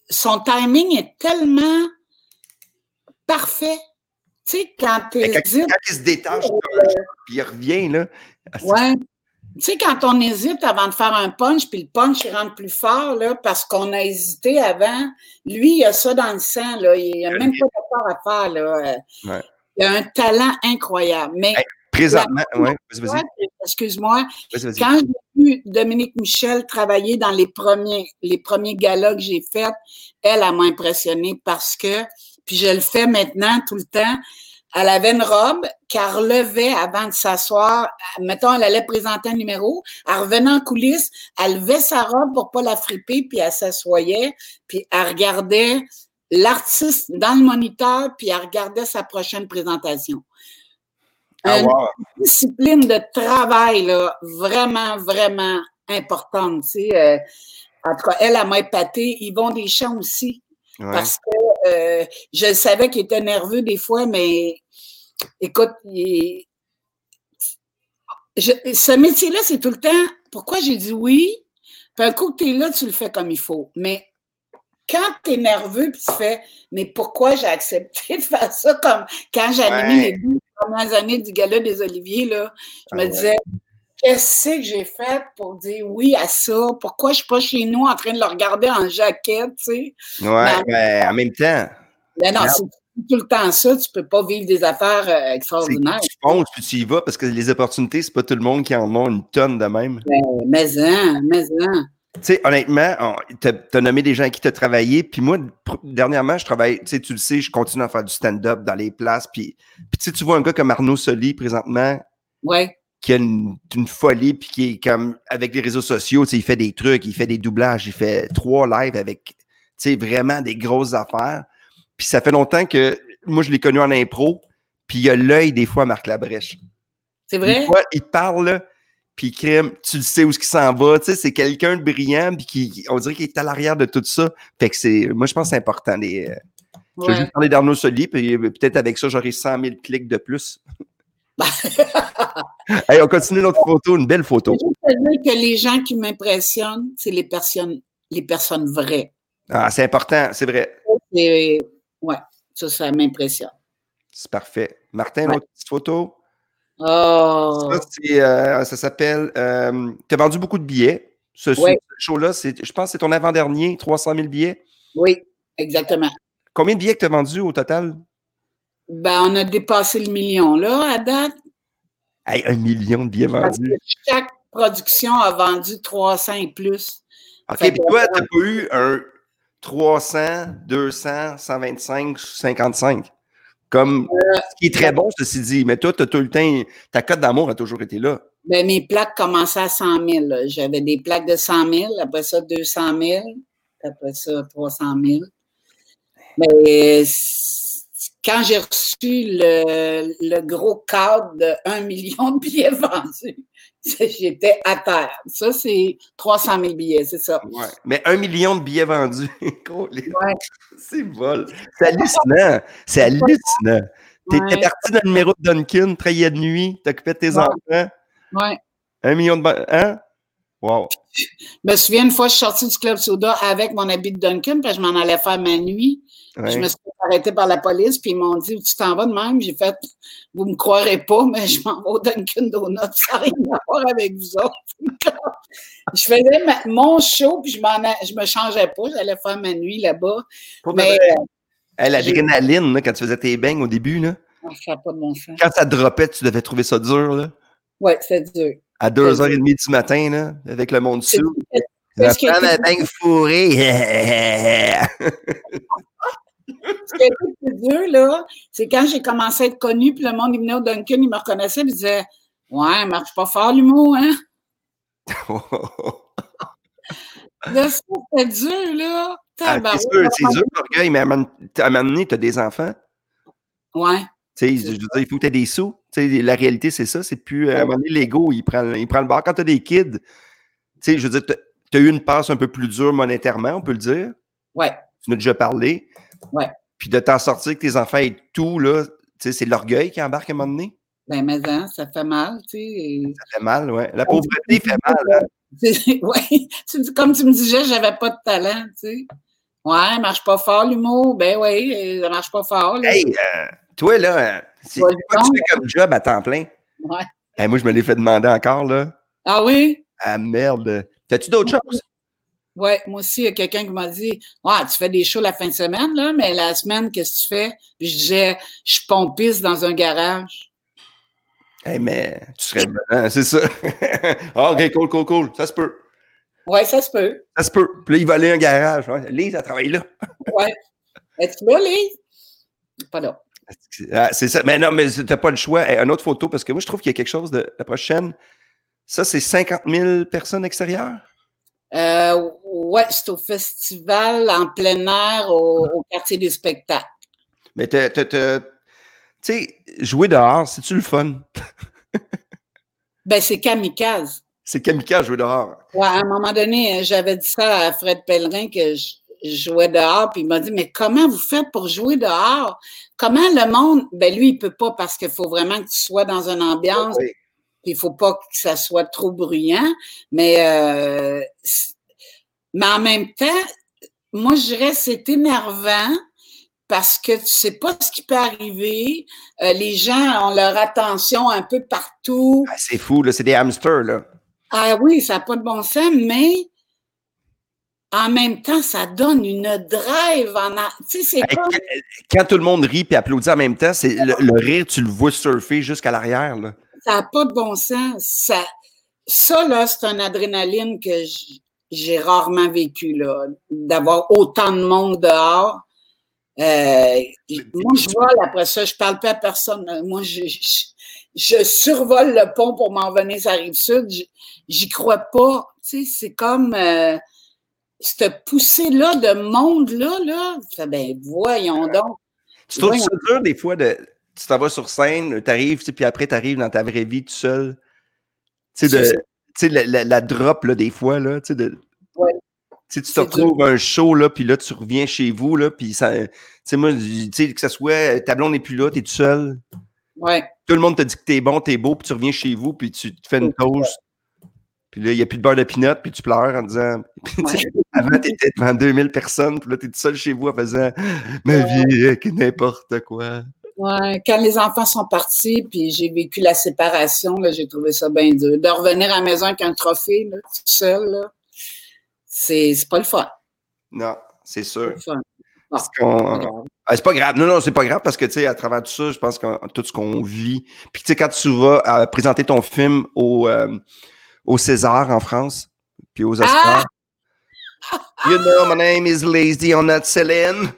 son timing est tellement parfait. Tu sais, quand tu Quand, quand il se détache, euh, puis il revient, là. Ouais. Tu sais, quand on hésite avant de faire un punch, puis le punch, il rentre plus fort, là, parce qu'on a hésité avant, lui, il a ça dans le sang, là. Il n'a même pas d'effort à faire, là. Ouais. Il a un talent incroyable. Mais hey, présentement, oui, vas-y, vas-y. Excuse-moi. Vas-y, vas-y. Quand j'ai vu Dominique Michel travailler dans les premiers, les premiers galas que j'ai faits, elle, elle m'a impressionnée parce que, puis je le fais maintenant tout le temps, elle avait une robe qu'elle relevait avant de s'asseoir. Mettons, elle allait présenter un numéro. Elle revenait en coulisses, elle levait sa robe pour pas la friper, puis elle s'assoyait, puis elle regardait l'artiste dans le moniteur, puis elle regardait sa prochaine présentation. Ah, wow. Une discipline de travail, là, vraiment, vraiment importante. Tu sais. Euh, en tout cas, elle, elle m'a épatée. Yvon Deschamps aussi. Ouais. Parce que euh, je savais qu'il était nerveux des fois, mais écoute, il, je, ce métier-là, c'est tout le temps, pourquoi j'ai dit oui? Puis un coup que tu es là, tu le fais comme il faut. Mais quand tu es nerveux, puis tu fais, mais pourquoi j'ai accepté de faire ça? Comme quand j'ai animé ouais. les deux premières années du Gala des Oliviers, là, je ah me ouais. disais, qu'est-ce que j'ai fait pour dire oui à ça? Pourquoi je suis pas chez nous en train de le regarder en jaquette, tu sais? Ouais, mais, mais en même temps. Mais non, c'est tout le temps ça, tu peux pas vivre des affaires euh, extraordinaires. Tu fonces, puis tu y vas, parce que les opportunités, c'est pas tout le monde qui en a une tonne de même. Ben, mais en, mais en. Tu sais, honnêtement, tu as nommé des gens avec qui tu as travaillé, puis moi, dernièrement, je travaille, tu sais, tu le sais, je continue à faire du stand-up dans les places, puis tu sais, tu vois un gars comme Arnaud Soli, présentement, ouais. qui a une, une folie, puis qui est comme, avec les réseaux sociaux, tu sais, il fait des trucs, il fait des doublages, il fait trois lives avec, tu sais, vraiment des grosses affaires, puis ça fait longtemps que, moi, je l'ai connu en impro, puis il a l'œil, des fois, à Marc Labrèche. C'est vrai? Des fois, il parle, là, puis crime, tu le sais où est-ce qu'il s'en va, tu sais, c'est quelqu'un de brillant, puis qui, on dirait qu'il est à l'arrière de tout ça. Fait que c'est, moi, je pense que c'est important. Les, euh, ouais. Je vais juste parler d'Arnaud Soli, puis peut-être avec ça, j'aurai cent mille clics de plus. Hey, on continue notre photo, une belle photo. Je veux dire que les gens qui m'impressionnent, c'est les personnes, les personnes vraies. Ah, c'est important, c'est vrai. Et, ouais, ça, ça m'impressionne. C'est parfait. Martin, ouais. Une autre petite photo? Oh. Ça, c'est, euh, ça s'appelle. Euh, tu as vendu beaucoup de billets. Ce, oui. ce show-là, c'est, je pense que c'est ton avant-dernier, trois cent mille billets. Oui, exactement. Combien de billets que tu as vendus au total? Ben, on a dépassé le million, là, à date. Hey, un million de billets vendus. Chaque production a vendu trois cents et plus. OK, puis toi, tu n'as pas eu un trois cents, deux cents, cent vingt-cinq, cinquante-cinq. Comme, euh, ce qui est très bon, ceci dit. Mais toi, tu as tout le temps, ta cote d'amour a toujours été là. Ben, mes plaques commençaient à cent mille. Là. J'avais des plaques de cent mille, après ça, deux cent mille, après ça, trois cent mille. Mais quand j'ai reçu le, le gros cadre de un million de billets vendus, j'étais à terre. Ça, c'est trois cent mille billets, c'est ça. Ouais. Mais un million de billets vendus. Ouais. C'est vol. C'est hallucinant. C'est hallucinant. T'étais ouais. parti dans le numéro de Duncan, travaillais de nuit, t'occupais de tes ouais. enfants. Ouais. Un million de... Hein? Wow. Je me souviens, une fois, je suis sortie du Club Soda avec mon habit de Duncan, puis je m'en allais faire ma nuit. Ouais. Je me suis arrêtée par la police, puis ils m'ont dit, tu t'en vas de même? J'ai fait, vous me croirez pas, mais je m'en vais au Dunkin' Donuts, ça n'a rien à voir avec vous autres. Je faisais ma, mon show, puis je, m'en a, je me changeais pas, j'allais faire ma nuit là-bas. Pour mais hey, l'adrénaline, là, quand tu faisais tes bangs au début, là. Ça n'a pas de bon sens. Quand ça droppait, tu devais trouver ça dur, là. Oui, c'est dur. À deux heures trente du matin, là, avec le monde sous. Je prends ma bang fourrée. Ce qui était plus dur, là, c'est quand j'ai commencé à être connue, puis le monde, il venait au Dunkin', il me reconnaissait, puis il disait « Ouais, marche pas fort l'humour, hein? » Là, ça, c'était dur, là. Ah, c'est sûr, c'est dur, l'orgueil, mais à un moment donné, tu as des enfants. Ouais. Tu sais, je veux dire, il faut que tu aies des sous. Tu sais, la réalité, c'est ça. C'est plus, à un moment donné, l'ego, il prend, il prend le bord. Quand tu as des kids, tu sais, je veux dire, tu as eu une passe un peu plus dure monétairement, on peut le dire. Ouais. Tu en as déjà parlé. Ouais. Puis de t'en sortir que tes enfants aient tout, là, tu sais, c'est l'orgueil qui embarque à un moment donné. Ben, mais hein, ça fait mal, tu sais. Ça fait mal, ouais. La pauvreté fait mal, hein. Oui. Comme tu me disais, j'avais pas de talent, tu sais. Ouais, marche pas fort, l'humour. Ben oui, ça marche pas fort. Là. Hey, euh, toi, là, c'est quoi que tu fais comme job à temps plein? Ouais. Hey, moi, je me l'ai fait demander encore, là. Ah oui? Ah, merde. T'as-tu d'autres choses? Oui, moi aussi, il y a quelqu'un qui m'a dit ouais, tu fais des shows la fin de semaine, là, mais la semaine, qu'est-ce que tu fais? Puis je disais, je suis pompiste dans un garage. Hey, mais tu serais hein, c'est ça. Ah, ok, cool, cool, cool. Ça se peut. Oui, ça se peut. Ça se peut. Puis là, il va aller à un garage. Ouais. Lise, elle travaille là. Oui. Es-tu là, Lise? Pas là. Ah, c'est ça. Mais non, mais t'as pas le choix. Hey, une autre photo, parce que moi, je trouve qu'il y a quelque chose de la prochaine. Ça, c'est cinquante mille personnes extérieures? Euh, oui, c'est au festival en plein air au, au quartier des spectacles. Mais tu sais, jouer dehors, c'est-tu le fun? Ben, c'est kamikaze. C'est kamikaze jouer dehors. Ouais, à un moment donné, j'avais dit ça à Fred Pellerin que je, je jouais dehors, puis il m'a dit, mais comment vous faites pour jouer dehors? Comment le monde, ben lui, il peut pas parce qu'il faut vraiment que tu sois dans une ambiance, oui. puis il faut pas que ça soit trop bruyant, mais euh, mais en même temps, moi, je dirais c'est énervant parce que tu sais pas ce qui peut arriver. Euh, les gens ont leur attention un peu partout. Ah, c'est fou, là, c'est des hamsters, là. Ah oui, ça n'a pas de bon sens, mais en même temps, ça donne une drive en a... Tu sais, c'est hey, comme... Quand tout le monde rit et applaudit en même temps, c'est le, le rire, tu le vois surfer jusqu'à l'arrière, là. Ça n'a pas de bon sens. Ça, ça là, c'est une adrénaline que j'ai rarement vécu, là, d'avoir autant de monde dehors. Euh, moi, je vole, après ça, je parle pas à personne. Moi, je, je, je survole le pont pour m'en venir sur la Rive-Sud. J'y crois pas. Tu sais, c'est comme euh, cette poussée-là de monde-là, là. Ben, voyons donc. Tu trouves ça dur, des fois, de tu t'en vas sur scène, t'arrives, puis après, t'arrives dans ta vraie vie tout seul. Tu sais, de, la, la, la drop, là, des fois, là, tu sais, de... Ouais. Tu te retrouves un show, là, puis là, tu reviens chez vous, là, puis ça... Tu sais, moi, tu sais, que ce soit... Ta blonde n'est plus là, t'es tout seul. Ouais. Tout le monde te dit que t'es bon, t'es beau, puis tu reviens chez vous, puis tu te fais une toast. Puis là, il n'y a plus de beurre de pinot, puis tu pleures en disant... Ouais. Avant, t'étais devant deux mille personnes, puis là, t'es tout seul chez vous en faisant « Ma vie est que n'importe quoi ». Ouais, quand les enfants sont partis, puis j'ai vécu la séparation, là, j'ai trouvé ça bien dur. De revenir à la maison avec un trophée, là, tout seul, là, c'est, c'est pas le fun. Non, c'est sûr. C'est pas, bon, qu'on... ah, c'est pas grave. Non, non, c'est pas grave parce que, tu sais, à travers tout ça, je pense que tout ce qu'on vit. Puis, tu sais, quand tu vas à présenter ton film au, euh, au César en France, puis aux Oscars. Ah! You know, my name is Lazy, on not Céline.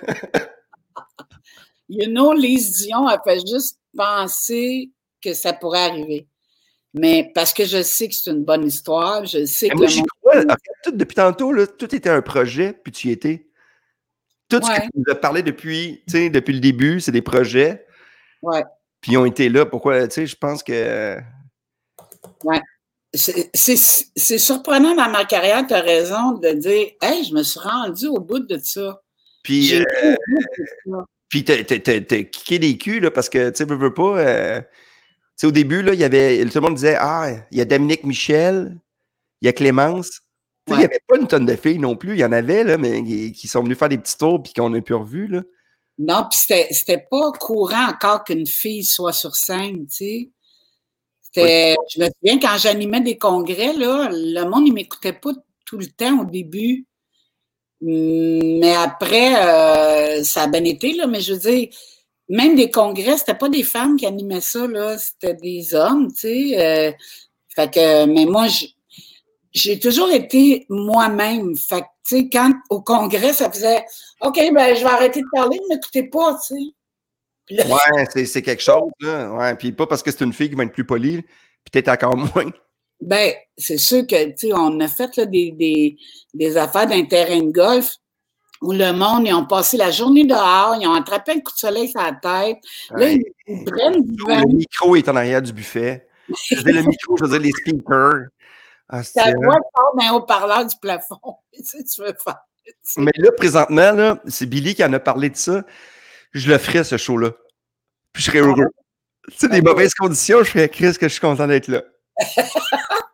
You know, Lise Dion, elle fait juste penser que ça pourrait arriver. Mais parce que je sais que c'est une bonne histoire, je sais mais que moi, le j'y monde... crois. En fait, tout, depuis tantôt, là, tout était un projet, puis tu y étais. Tout ce ouais. que tu nous as parlé depuis, tu sais, depuis le début, c'est des projets. Ouais. Puis ils ont été là. Pourquoi, tu sais, je pense que... Ouais. C'est, c'est, c'est surprenant dans ma carrière, tu as raison, de dire « Hey, je me suis rendu au bout de ça. » Puis... Euh, Puis t'as, t'as, t'as, t'as kické des culs, là, parce que, tu sais, veux, veux pas... Euh, tu sais, au début, là, il y avait... Tout le monde disait, ah, il y a Dominique Michel, il y a Clémence. Tu sais, il n'y avait pas une tonne de filles non plus. Il y en avait, là, mais qui sont venues faire des petits tours puis qu'on n'a plus revus, là. Non, puis c'était, c'était pas courant encore qu'une fille soit sur scène, tu sais. C'était, oui. Je me souviens, quand j'animais des congrès, là, le monde, il m'écoutait pas tout le temps au début. Mais après, euh, ça a bien été, là, mais je veux dire, même des congrès, c'était pas des femmes qui animaient ça, là, c'était des hommes, tu sais. Euh, fait que, mais moi, j'ai toujours été moi-même. Fait que, tu sais, quand au congrès, ça faisait OK, ben, je vais arrêter de parler, ne m'écoutez pas, tu sais. Là, ouais, c'est, c'est quelque chose, là. Ouais, puis pas parce que c'est une fille qui va être plus polie, peut-être encore moins. Ben, c'est sûr que, tu sais, on a fait là, des, des, des affaires d'un terrain de golf où le monde, ils ont passé la journée dehors, ils ont attrapé un coup de soleil sur la tête. Là, ouais. ils prennent du vin. Le micro est en arrière du buffet. Je veux dire, le micro, je veux dire, les speakers. Ah, ta voix part d'un haut-parleur du plafond. Tu tu veux faire. Tu sais. Mais là, présentement, là, c'est Billy qui en a parlé de ça. Je le ferais, ce show-là. Puis je serais heureux. Tu sais, des mauvaises conditions, je ferais Chris que je suis content d'être là.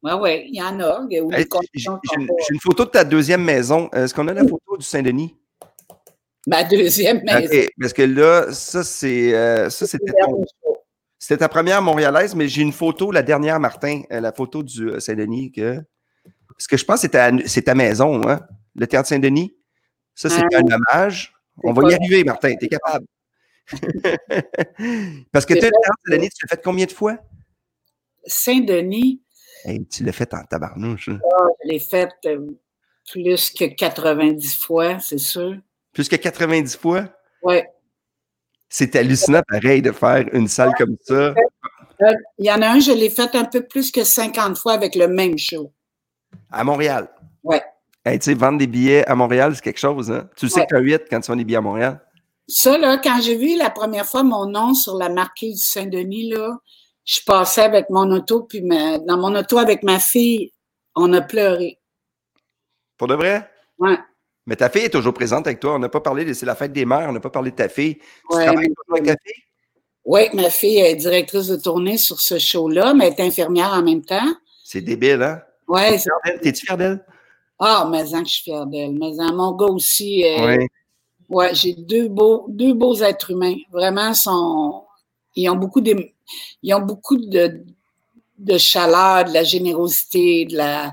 Oui, oui, il y en a. Où hey, j'ai, j'ai, une, j'ai une photo de ta deuxième maison. Est-ce qu'on a la photo du Saint-Denis? Ma deuxième maison. OK, parce que là, ça, c'est, euh, ça c'était, ton, c'était ta première montréalaise, mais j'ai une photo, la dernière, Martin, euh, la photo du euh, Saint-Denis. Que, parce que je pense que c'est ta, c'est ta maison, hein, le Théâtre Saint-Denis. Ça, c'est un hommage. On va y arriver, Martin, t'es capable. Parce que tu, le Théâtre Saint-Denis, tu l'as fait combien de fois? Saint-Denis. Hey, tu l'as fait en tabarnouche. Hein? Ah, je l'ai fait euh, plus que quatre-vingt-dix fois, c'est sûr. Plus que quatre-vingt-dix fois? Oui. C'est hallucinant, pareil, de faire une salle ouais, comme ça. Il y en a un, je l'ai fait un peu plus que cinquante fois avec le même show. À Montréal? Oui. Hey, tu sais, vendre des billets à Montréal, c'est quelque chose, hein? Tu sais ouais. que tu as huit quand tu vends des billets à Montréal? Ça, là, quand j'ai vu la première fois mon nom sur la marquise du Saint-Denis, là, je passais avec mon auto, puis ma, dans mon auto avec ma fille, on a pleuré. Pour de vrai? Oui. Mais ta fille est toujours présente avec toi. On n'a pas parlé, de, c'est la fête des mères, on n'a pas parlé de ta fille. Tu ouais, travailles toujours avec ta fille? Oui, ma fille est directrice de tournée sur ce show-là, mais elle est infirmière en même temps. C'est débile, hein? Oui. T'es-tu fière d'elle? Ah, mais en que je suis fière d'elle. Mais en mon gars aussi, euh, oui. Ouais, j'ai deux beaux, deux beaux êtres humains. Vraiment, sont, ils ont beaucoup de, ils ont beaucoup de, de chaleur, de la générosité, de la,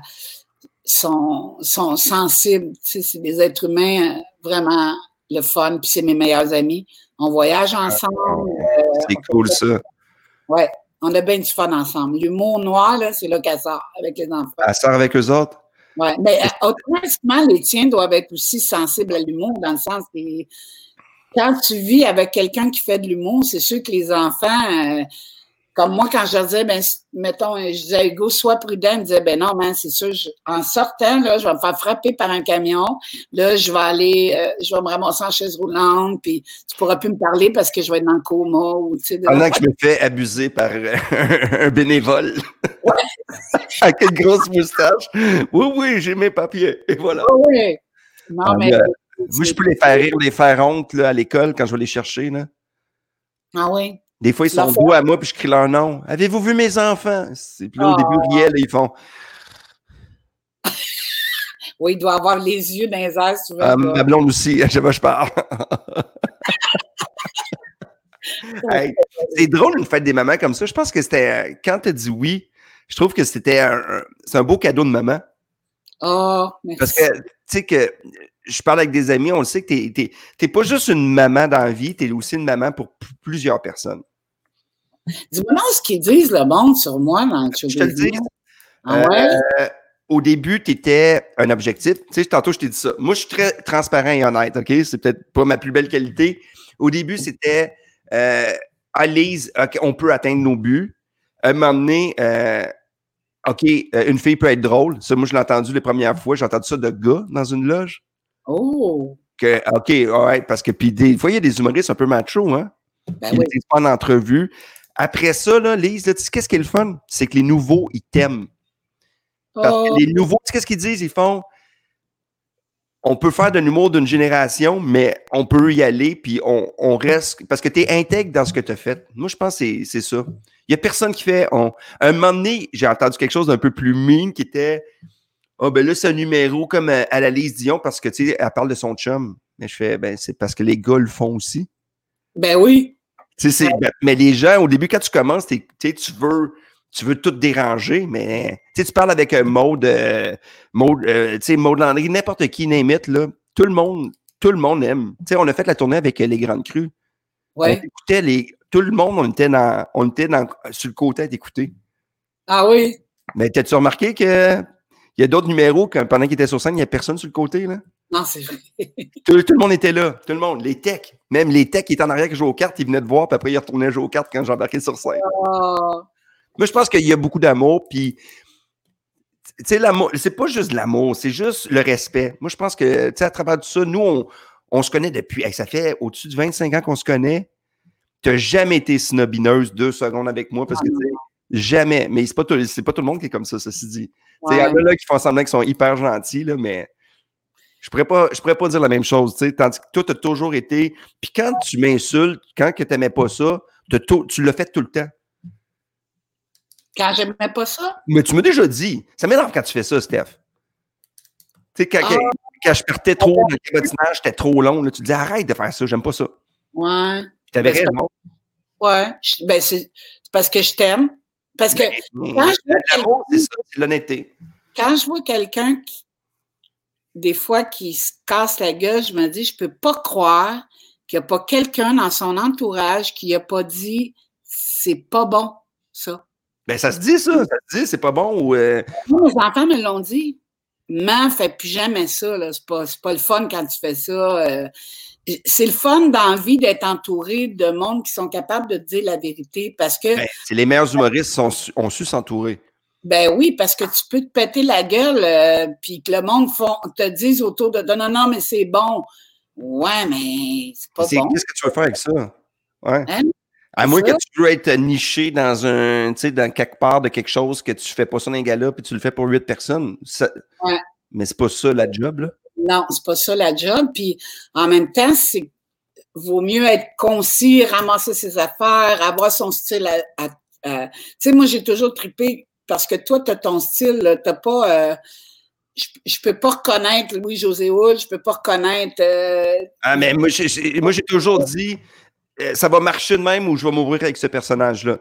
sont, sont sensibles. Tu sais, c'est des êtres humains euh, vraiment le fun. Puis c'est mes meilleurs amis. On voyage ensemble. Euh, c'est cool ça. Ouais, on a bien du fun ensemble. L'humour noir là, c'est là qu'elle sort avec les enfants. Elle sort avec eux autres. Oui, mais euh, automatiquement, les tiens doivent être aussi sensibles à l'humour, dans le sens que quand tu vis avec quelqu'un qui fait de l'humour, c'est sûr que les enfants, euh, comme moi, quand je leur disais, ben, mettons, je disais, Hugo, sois prudent, ils me disaient, ben non, man, c'est sûr, je, en sortant, là, je vais me faire frapper par un camion, là, je vais aller, euh, je vais me ramasser en chaise roulante, puis tu pourras plus me parler parce que je vais être dans le coma, ou, tu sais. Pendant que je me fais abuser par euh, un bénévole. Ouais. Avec une grosse moustache. Oui, oui, j'ai mes papiers, et voilà. Oh, oui. Non, ah, mais... Euh, moi, je peux les faire rire, les faire honte, là, à l'école, quand je vais les chercher, là. Ah oui? Des fois, ils sont beaux à moi, puis je crie leur nom. Avez-vous vu mes enfants? Puis là, au oh. début, ils riaient, ils font. Oui, il doit avoir les yeux dans les airs souvent. Ah, ma blonde aussi, à chaque fois je parle. Hey, c'est drôle une fête des mamans comme ça. Je pense que c'était. Quand tu as dit oui, je trouve que c'était un, un, c'est un beau cadeau de maman. Oh, merci. Parce que, tu sais, que je parle avec des amis, on le sait que tu n'es t'es pas juste une maman dans la vie, tu es aussi une maman pour p- plusieurs personnes. Dis-moi non ce qu'ils disent, le monde, sur moi dans le show. Je te le dis. Ah ouais? Euh, au début, tu étais un objectif. Tu sais, tantôt, je t'ai dit ça. Moi, je suis très transparent et honnête, OK? C'est peut-être pas ma plus belle qualité. Au début, c'était euh, ah, Lise, okay, on peut atteindre nos buts. À un moment donné, euh, OK, euh, une fille peut être drôle. Ça, moi, je l'ai entendu les premières fois. J'ai entendu ça de gars dans une loge. Oh! Que, OK, ouais, parce que puis des fois, il y a des humoristes un peu machos, hein? Ben ils oui. ne disent pas en entrevue. Après ça, là, Lise, là, tu sais qu'est-ce qui est le fun? C'est que les nouveaux, ils t'aiment. Parce oh. que les nouveaux, tu sais qu'est-ce qu'ils disent? Ils font, on peut faire de l'humour d'une génération, mais on peut y aller, puis on, on reste, parce que tu es intègre dans ce que tu as fait. Moi, je pense que c'est, c'est ça. Il n'y a personne qui fait, on, à un moment donné, j'ai entendu quelque chose d'un peu plus mean qui était, ah, oh, ben là, c'est un numéro comme à, à la Lise Dion, parce que, tu sais, elle parle de son chum. Mais je fais, ben, c'est parce que les gars le font aussi. Ben oui. Tu sais, c'est, ben, mais les gens, au début, quand tu commences, tu sais, tu veux, tu veux tout déranger, mais tu sais, tu parles avec un Maud, euh, Maud, euh, tu sais, Maud Landry, n'importe qui, n'imite, là, tout le monde, tout le monde aime. Tu sais, on a fait la tournée avec les Grandes Crues. Ouais. On écoutait les, tout le monde, on était dans, on était dans, sur le côté à t'écouter. Ah oui? Mais t'as-tu remarqué que il y a d'autres numéros que pendant qu'ils étaient sur scène, il n'y a personne sur le côté, là? Non, c'est vrai. tout, tout le monde était là, tout le monde, les techs. Même les techs qui étaient en arrière qui jouaient aux cartes, ils venaient te voir, puis après ils retournaient jouer aux cartes quand j'embarquais sur scène. Oh. Moi, je pense qu'il y a beaucoup d'amour, puis tu sais, l'amour, c'est pas juste de l'amour, c'est juste le respect. Moi, je pense que, tu sais, à travers tout ça, nous, on, on se connaît depuis, hey, ça fait au-dessus de vingt-cinq ans qu'on se connaît. T'as jamais été snobineuse deux secondes avec moi, parce que, tu sais, jamais. Mais c'est pas, tout, c'est pas tout le monde qui est comme ça, ceci dit. Tu sais, il y en a là qui font semblant qu'ils sont hyper gentils, là, mais je pourrais pas, je pourrais pas dire la même chose, tu sais, tandis que toi, t'as toujours été, puis quand tu m'insultes, quand que t'aimais pas ça, tout, tu l'as fait tout le temps. Quand j'aimais pas ça? Mais tu m'as déjà dit. Ça m'énerve quand tu fais ça, Steph. Tu sais, quand, ah, quand je partais trop dans le cabotinage, c'était trop long, là, tu te dis arrête de faire ça, j'aime pas ça. Ouais. Tu avais raison. Ouais. Ben, c'est parce que je t'aime. Parce que mais, quand je vois c'est ça, c'est l'honnêteté. Quand je vois quelqu'un qui, des fois, qui se casse la gueule, je me dis, je peux pas croire qu'il n'y a pas quelqu'un dans son entourage qui n'a pas dit c'est pas bon, ça. Ben, ça se dit, ça. Ça se dit, c'est pas bon ou. Euh... Moi, mes enfants me l'ont dit. Maman, fais plus jamais ça, là. C'est pas, c'est pas le fun quand tu fais ça. Euh, c'est le fun dans la vie d'être entouré de monde qui sont capables de te dire la vérité parce que. Ben, c'est les meilleurs humoristes sont, ont su s'entourer. Ben oui, parce que tu peux te péter la gueule euh, puis que le monde font, te dise autour de non, non, non, mais c'est bon. Ouais, mais c'est pas bon. Qu'est-ce que tu veux faire avec ça? Ouais. Hein? À moins que tu veux être niché dans un, tu sais, dans quelque part de quelque chose que tu fais pas ça dans un gala puis tu le fais pour huit personnes. Ça... Ouais. Mais c'est pas ça la job, là. Non, c'est pas ça la job. Puis en même temps, c'est vaut mieux être concis, ramasser ses affaires, avoir son style à. à, à... Tu sais, moi, j'ai toujours trippé parce que toi, tu as ton style, tu n'as pas. Euh... Je, je peux pas reconnaître Louis-José Houle, je peux pas reconnaître. Euh... Ah, mais moi, j'ai, moi, j'ai toujours dit. Ça va marcher de même ou je vais m'ouvrir avec ce personnage-là.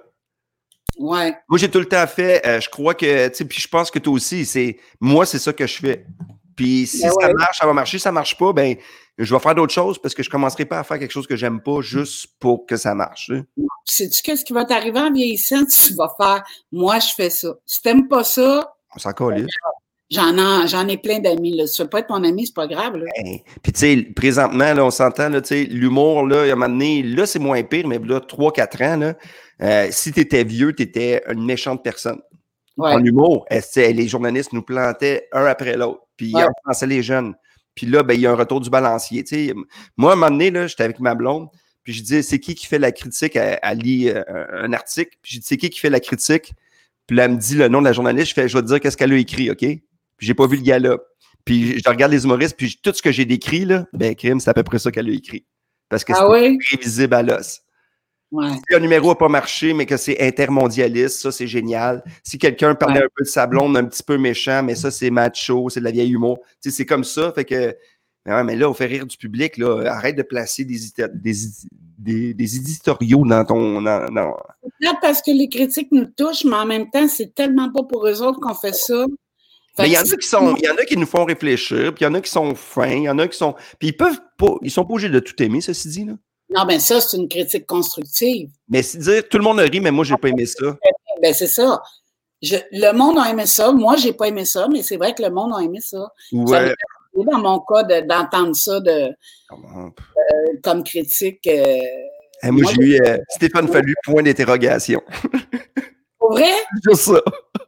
Ouais. Moi, j'ai tout le temps fait, euh, je crois que, tu sais, puis je pense que toi aussi, c'est, moi, c'est ça que je fais. Puis si ben ça ouais. marche, ça va marcher. Si ça marche pas, ben, je vais faire d'autres choses parce que je commencerai pas à faire quelque chose que j'aime pas juste pour que ça marche. Hein. Sais-tu qu'est-ce qui va t'arriver en vieillissant? Tu vas faire, moi, je fais ça. Si t'aimes pas ça, on s'en calisse. J'en ai, j'en ai plein d'amis. Là. Si tu veux pas être mon ami, c'est pas grave. Là. Hey. Puis, tu sais, présentement, là, on s'entend, là, tu sais, l'humour, là, à un moment donné, là, c'est moins pire, mais là, trois quatre ans, là, euh, si tu étais vieux, tu étais une méchante personne. Ouais. En humour, les journalistes nous plantaient un après l'autre, puis ouais. ils enfonçaient les jeunes. Puis là, ben, il y a un retour du balancier. Tu sais. Moi, à un moment donné, là, j'étais avec ma blonde, puis je disais, c'est qui qui fait la critique? Elle, elle lit euh, un article, puis je dis, c'est qui qui fait la critique? Puis là, elle me dit le nom de la journaliste, je fais, je vais te dire qu'est-ce qu'elle a écrit, OK? Puis j'ai pas vu le gars-là. Puis je regarde les humoristes, puis tout ce que j'ai décrit, là, ben, crime, c'est à peu près ça qu'elle a écrit. Parce que ah c'est oui? prévisible à l'os. Ouais. Si un numéro n'a pas marché, mais que c'est intermondialiste, ça, c'est génial. Si quelqu'un parlait ouais. un peu de sa blonde, un petit peu méchant, mais ça, c'est macho, c'est de la vieille humour. Tu sais, c'est comme ça, fait que... Mais, ouais, mais là, on fait rire du public, là. Arrête de placer des, des, des, des éditoriaux dans ton... Dans, dans... Là, parce que les critiques nous touchent, mais en même temps, c'est tellement pas pour eux autres qu'on fait ça. Mais il y en a qui sont, il y en a qui nous font réfléchir, puis il y en a qui sont fins, il y en a qui sont, puis ils peuvent pas, ils sont pas obligés de tout aimer, ceci dit là. Non, ben ça c'est une critique constructive. Mais c'est dire tout le monde a ri, mais moi j'ai pas aimé ça. Ben c'est ça. Je, le monde a aimé ça, moi j'ai pas aimé ça, mais c'est vrai que le monde a aimé ça. Ouais. Ça dans mon cas de, d'entendre ça de euh, comme critique. Euh, hey, moi, moi j'ai eu euh, Stéphane Fallu point d'interrogation. Pour vrai? Juste ça.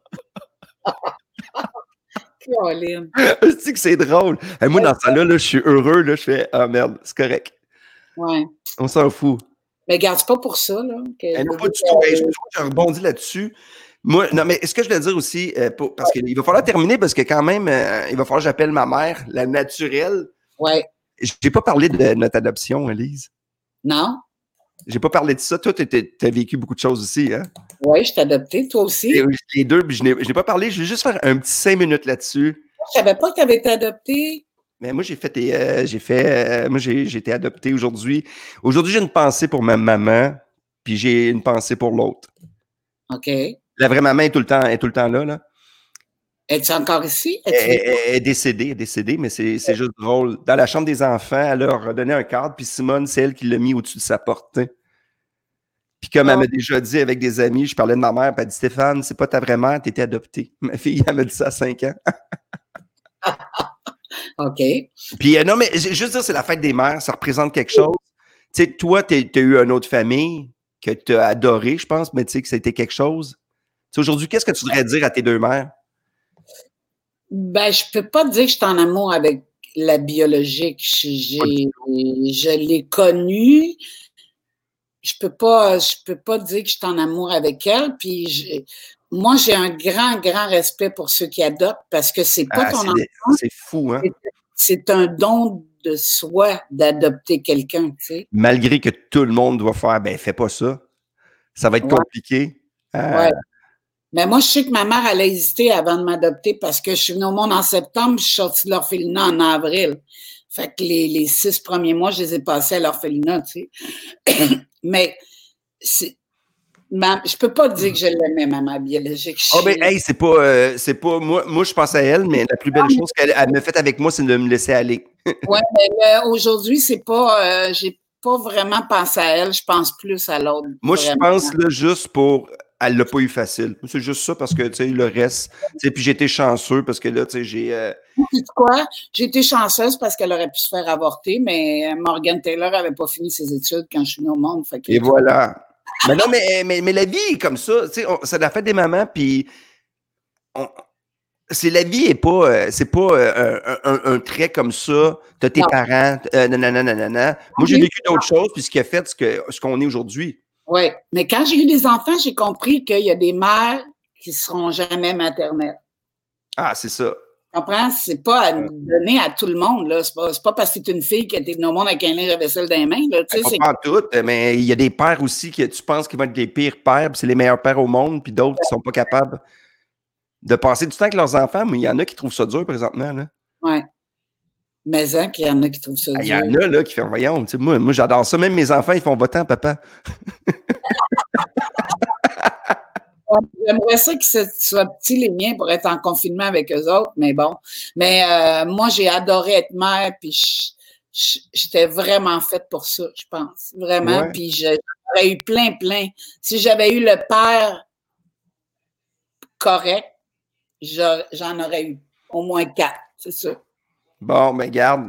Je dis que c'est drôle. Et moi, dans ça là, là, je suis heureux. Là, je fais ah merde, c'est correct. Ouais. On s'en fout. Mais garde pas pour ça. Là, que hey, non, pas du tout. Hey, je, je rebondis là-dessus. Moi, non, mais est-ce que je voulais dire aussi, euh, pour, parce qu'il va falloir terminer, parce que quand même, euh, il va falloir que j'appelle ma mère, la naturelle. Ouais. J'ai pas parlé de notre adoption, Elise. Non. J'ai pas parlé de ça. Toi, tu as vécu beaucoup de choses aussi, hein? Oui, je t'ai adopté, toi aussi. Et, les deux, je n'ai pas parlé. Je vais juste faire un petit cinq minutes là-dessus. Je savais pas que tu avais été adopté. Mais moi, j'ai fait, euh, j'ai fait, euh, moi, j'ai, j'ai été adopté aujourd'hui. Aujourd'hui, j'ai une pensée pour ma maman, puis j'ai une pensée pour l'autre. OK. La vraie maman est tout le temps, est tout le temps là, là. Es-tu encore ici? Elle, elle, elle est décédée, elle est décédée, mais c'est, c'est juste drôle. Dans la chambre des enfants, elle leur a donné un cadre, puis Simone, c'est elle qui l'a mis au-dessus de sa porte. T'sais. Puis comme oh. elle m'a déjà dit avec des amis, je parlais de ma mère, puis elle dit Stéphane, c'est pas ta vraie mère, t'étais adoptée. Ma fille, elle m'a dit ça à cinq ans. OK. Puis euh, non, mais juste dire, c'est la fête des mères, ça représente quelque chose. Tu sais, toi, tu as eu une autre famille que tu as adorée, je pense, mais tu sais que c'était quelque chose. T'sais, aujourd'hui, qu'est-ce que tu voudrais dire à tes deux mères? Ben, je peux pas te dire que je suis en amour avec la biologique. J'ai, je l'ai connue. Je peux pas, je peux pas te dire que je suis en amour avec elle. Puis j'ai, moi, j'ai un grand, grand respect pour ceux qui adoptent parce que c'est pas ah, ton enfant. C'est fou, hein? C'est, c'est un don de soi d'adopter quelqu'un, tu sais. Malgré que tout le monde doit faire, ben, fais pas ça. Ça va être ouais. compliqué. Euh, ouais. Mais moi, je sais que ma mère, elle a hésité avant de m'adopter parce que je suis venue au monde en septembre, je suis sortie de l'orphelinat en avril. Fait que les, les six premiers mois, je les ai passés à l'orphelinat, tu sais. Mais c'est, ma, je peux pas dire que je l'aimais, maman biologique. Ah oh ben, hey, c'est pas, euh, c'est pas, moi, moi, je pense à elle, mais la plus belle chose qu'elle elle m'a faite avec moi, c'est de me laisser aller. Ouais, mais euh, aujourd'hui, c'est pas, euh, j'ai pas vraiment pensé à elle, je pense plus à l'autre. Moi, vraiment. je pense là juste pour, elle l'a pas eu facile. C'est juste ça parce que, tu sais, le reste, tu sais, puis j'ai été chanceux parce que là, tu sais, j'ai... Euh... Tu sais quoi? J'ai été chanceuse parce qu'elle aurait pu se faire avorter, mais Morgan Taylor avait pas fini ses études quand je suis venue au monde. Fait que, Et voilà. Mais non, mais, mais, mais la vie est comme ça, tu sais, ça l'a fait des mamans, puis on... c'est la vie est pas, euh, c'est pas euh, un, un, un trait comme ça. T'as tes non. parents, euh, nanana, nanana. Moi, j'ai vécu d'autres choses, puis ce qui a fait ce que ce qu'on est aujourd'hui. Oui, mais quand j'ai eu des enfants, j'ai compris qu'il y a des mères qui ne seront jamais maternelles. Ah, c'est ça. Tu comprends? C'est pas à donner à tout le monde, là. C'est pas, c'est pas parce que c'est une fille qui a été venue au monde avec un linge à vaisselle dans les mains, là. Tu sais, pas tout, mais il y a des pères aussi que tu penses qu'ils vont être les pires pères, puis c'est les meilleurs pères au monde, puis d'autres qui sont pas capables de passer du temps avec leurs enfants, mais il y en a qui trouvent ça dur présentement, là. Oui. Mais hein, qu'il y en a qui trouvent ça dur. Il y en a, là, qui font, voyons, tu sais, moi, moi j'adore ça. Même mes enfants, ils font, va-t'en, papa. J'aimerais ça qu'ils soient petits, les miens, pour être en confinement avec eux autres, mais bon. Mais euh, moi, j'ai adoré être mère, puis j'étais vraiment faite pour ça, je pense. Vraiment. Ouais. Puis j'aurais eu plein, plein. Si j'avais eu le père correct, j'en aurais eu au moins quatre, c'est ça. Bon, mais garde.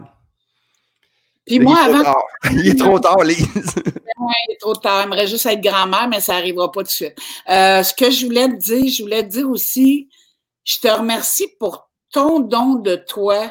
Puis moi, il avant. Il est trop tard, Lise. Oui, il est trop tard. J'aimerais juste être grand-mère, mais ça n'arrivera pas tout de suite. Euh, ce que je voulais te dire, je voulais te dire aussi, je te remercie pour ton don de toi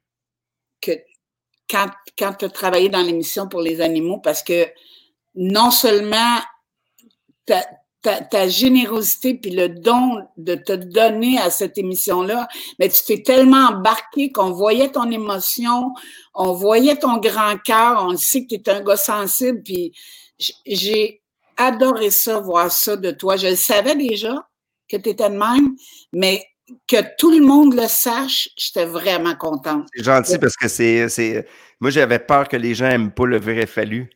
que quand, quand tu as travaillé dans l'émission pour les animaux, parce que non seulement ta, ta, ta générosité puis le don de te donner à cette émission-là, mais tu t'es tellement embarqué qu'on voyait ton émotion, on voyait ton grand cœur, on sait que tu es un gars sensible, puis j'ai adoré ça, voir ça de toi. Je le savais déjà que tu étais de même, mais que tout le monde le sache, j'étais vraiment contente. C'est gentil parce que c'est, c'est... Moi, j'avais peur que les gens n'aiment pas le vrai Fallu.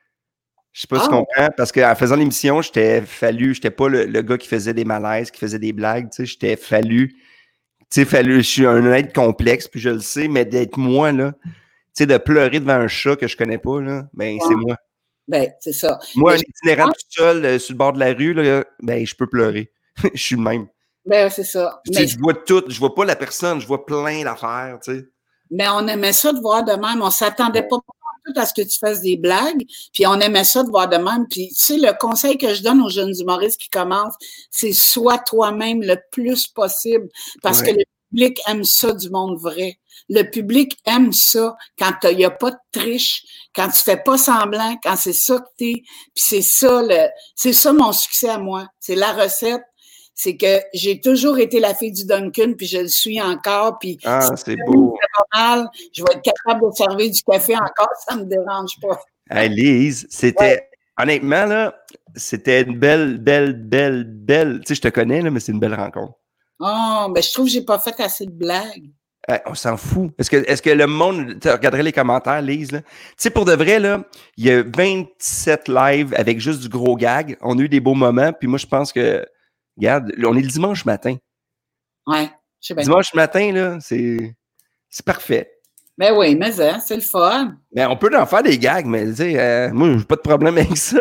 Je sais pas ah, si tu comprends, parce qu'en faisant l'émission, j'étais Fallu, j'étais pas le, le gars qui faisait des malaises, qui faisait des blagues, tu sais, j'étais Fallu. Tu sais, Fallu, je suis un être complexe, puis je le sais, mais d'être moi, là, tu sais, de pleurer devant un chat que je connais pas, là, ben, ouais. c'est moi. Ben, c'est ça. Moi, un itinérant tout seul, euh, sur le bord de la rue, là, ben, je peux pleurer. Je suis le même. Ben, c'est ça. Tu sais, mais... je vois tout, je vois pas la personne, je vois plein d'affaires, tu sais. Mais on aimait ça de voir de même, on s'attendait pas à ce que tu fasses des blagues, puis on aimait ça de voir de même. Puis, tu sais, le conseil que je donne aux jeunes humoristes qui commencent, c'est sois toi-même le plus possible, parce ouais. que le public aime ça du monde vrai. Le public aime ça quand il n'y a pas de triche, quand tu fais pas semblant, quand c'est ça que t'es. Puis c'est ça, le, c'est ça mon succès à moi. C'est la recette. C'est que j'ai toujours été la fille du Dunkin', puis je le suis encore. Puis ah, c'est beau. Mal, je vais être capable de servir du café encore, ça ne me dérange pas. Hey, Lise, c'était, ouais. honnêtement, là, c'était une belle, belle, belle, belle, tu sais, je te connais, là, mais c'est une belle rencontre. Oh, ben je trouve que j'ai pas fait assez de blagues. Hey, on s'en fout. Est-ce que, est-ce que le monde, tu regarderais les commentaires, Lise, là? Tu sais, pour de vrai, là, il y a vingt-sept lives avec juste du gros gag. On a eu des beaux moments, puis moi, je pense que, regarde, on est le dimanche matin. Ouais, je sais bien. Dimanche matin, là, c'est, c'est parfait. Ben oui, mais ça, c'est le fun. Mais on peut en faire des gags, mais tu sais, euh, moi, j'ai pas de problème avec ça.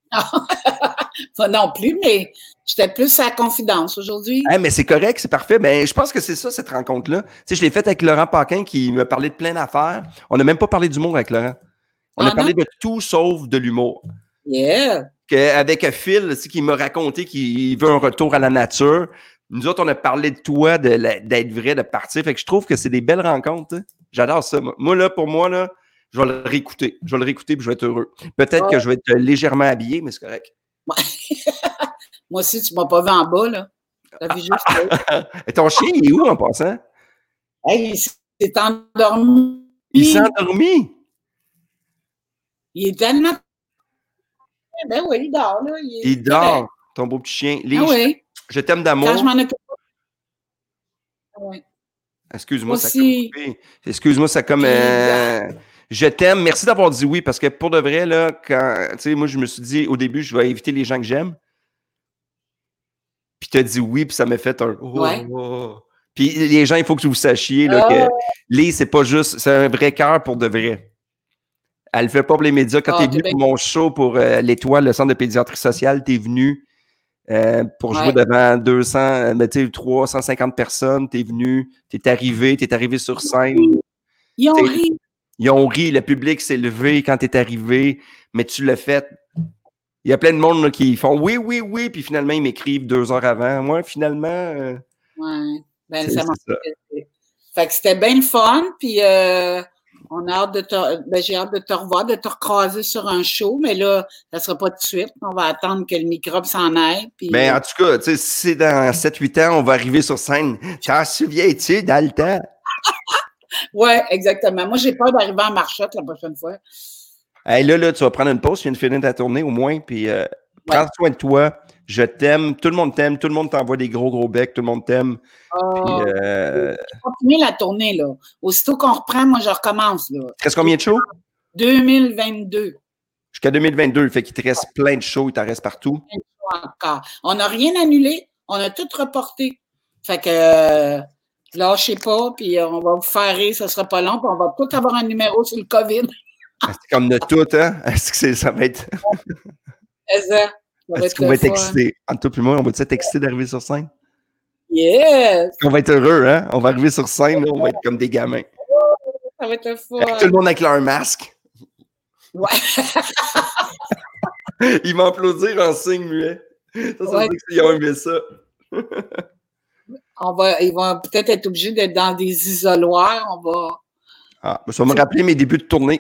Pas non plus, mais j'étais plus à la confidence aujourd'hui. Hey, mais c'est correct, c'est parfait. Mais je pense que c'est ça, cette rencontre-là. Tu sais, je l'ai faite avec Laurent Paquin qui me parlait de plein d'affaires. On n'a même pas parlé d'humour avec Laurent. On ah, a parlé non? de tout sauf de l'humour. Yeah. Que, avec Phil, qui m'a raconté qu'il veut un retour à la nature. Nous autres, on a parlé de toi, de la, d'être vrai, de partir. Fait que je trouve que c'est des belles rencontres. Hein. J'adore ça. Moi, là, pour moi, là, je vais le réécouter. Je vais le réécouter et je vais être heureux. Peut-être ouais. que je vais être légèrement habillé, mais c'est correct. Ouais. Moi aussi, tu m'as pas vu en bas, là. T'as vu juste. Et ton chien, il est où en passant? Hey, il s'est endormi. Il s'est endormi? Il est tellement. Ben oui, il dort, là. Il, il dort, ton beau petit chien. Les ah oui. Je t'aime d'amour. Quand je m'en occupe pas. Oui. Excuse-moi, ça a Aussi. coupé. Excuse-moi, ça a comme. Puis, euh, Je t'aime. Merci d'avoir dit oui, parce que pour de vrai, là, quand. Tu sais, moi, je me suis dit au début, je vais éviter les gens que j'aime. Puis tu as dit oui, puis ça m'a fait un. Oh, Ouais. oh. Puis les gens, il faut que vous sachiez là, que Oh. Lise, c'est pas juste. C'est un vrai cœur pour de vrai. Elle le fait pas pour les médias. Quand Ah, tu es t'es venu bien- pour mon show pour euh, l'Étoile, le centre de pédiatrie sociale, tu es venu euh, pour jouer Ouais. devant deux cents, euh, ben, tu sais, trois cent cinquante personnes. Tu es venu, tu es arrivé, tu es arrivé sur scène. Ils ont T'es- ri. Ils ont ri, le public s'est levé quand tu es arrivé, mais tu l'as fait. Il y a plein de monde là, qui font oui, oui, oui, puis finalement, ils m'écrivent deux heures avant. Moi, finalement, euh, Ouais. Ben, c'est ça m'a c'est ça. fait. Fait que c'était bien le fun. Puis euh, on a hâte de te, ben, j'ai hâte de te revoir, de te recroiser sur un show, mais là, ça sera pas tout de suite. On va attendre que le microbe s'en aille. Puis, Mais en tout cas, tu sais, si c'est dans sept huit ans, on va arriver sur scène. T'en souviens-tu dans le temps? ouais, exactement. Moi, j'ai peur d'arriver en marchette la prochaine fois. Hey, là, là, tu vas prendre une pause, tu viens de finir ta tournée au moins, puis euh, prends Ouais. soin de toi. Je t'aime, tout le monde t'aime, tout le monde t'envoie des gros, gros becs, tout le monde t'aime. Puis, Ah, euh, j'ai continué la tournée, là. Aussitôt qu'on reprend, moi, je recommence, là. il te reste combien de shows? deux mille vingt-deux. Jusqu'à deux mille vingt-deux, fait qu'il te reste plein de shows, il t'en reste partout. Encore. On n'a rien annulé. On a tout reporté. Fait que euh, lâchez pas, puis on va vous faire rire, ça sera pas long, puis on va tout avoir un numéro sur le COVID. C'est comme de tout, hein? Est-ce que c'est, ça va être. C'est ça. Ça va Est-ce être qu'on le va être fun. excité? Entre toi et moi, on va être excité d'arriver sur scène? Yes! On va être heureux, hein? On va arriver sur scène, là, on va être comme des gamins. Ça va être le fun. Avec tout le monde avec leur masque. Ouais. Ils vont applaudir en signe muet. Ça, ça Ouais. veut dire qu'ils ont aimé ça. On va, ils vont peut-être être obligés d'être dans des isoloirs. On va. Ah, ça va me rappeler mes débuts de tournée.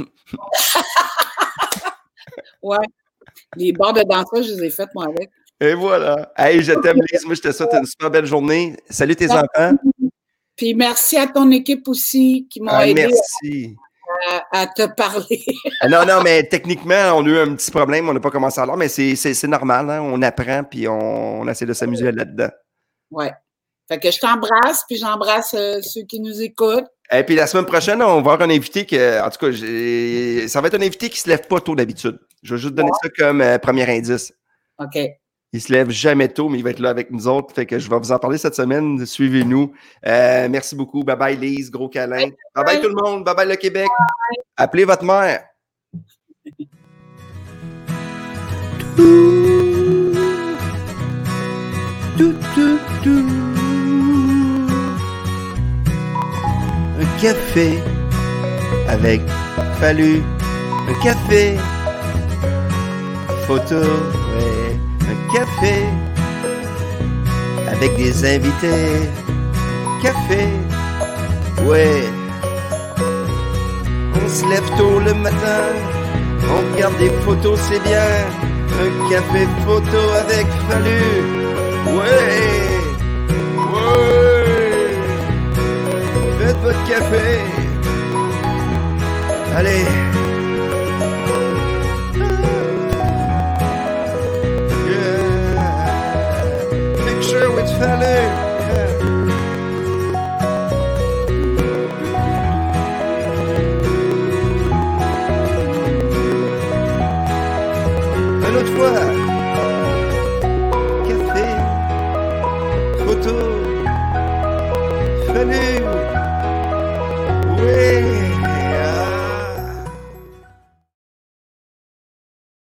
Ouais. Les bars de dansage, je les ai faites, moi, avec. Et voilà. Hey, je t'aime, Lise. Moi, je te souhaite une super belle journée. Salut tes Merci. enfants. Puis merci à ton équipe aussi qui m'ont Ah, aidé merci. à, à te parler. Ah, non, non, mais techniquement, on a eu un petit problème. On n'a pas commencé à l'heure, mais c'est, c'est, c'est normal. Hein? On apprend, puis on, on essaie de s'amuser là-dedans. Ouais. Fait que je t'embrasse, puis j'embrasse euh, ceux qui nous écoutent. Et puis la semaine prochaine, on va avoir un invité que, en tout cas, j'ai... ça va être un invité qui se lève pas tôt d'habitude. Je vais juste donner ça comme euh, premier indice. OK. Il se lève jamais tôt, mais il va être là avec nous autres. Fait que je vais vous en parler cette semaine. Suivez-nous. Euh, merci beaucoup. Bye bye, Lise. Gros câlin. Bye bye tout le monde. Bye bye le Québec. Bye. Appelez votre mère. Un café avec Fallu. Un café. Photo. Ouais. Un café. Avec des invités. Café. Ouais. On se lève tôt le matin. On regarde des photos, c'est bien. Un café photo avec Fallu. Ouais. Ouais. Faites votre café. Allez. Yeah. Picture with Fallu. Yeah. Une autre fois.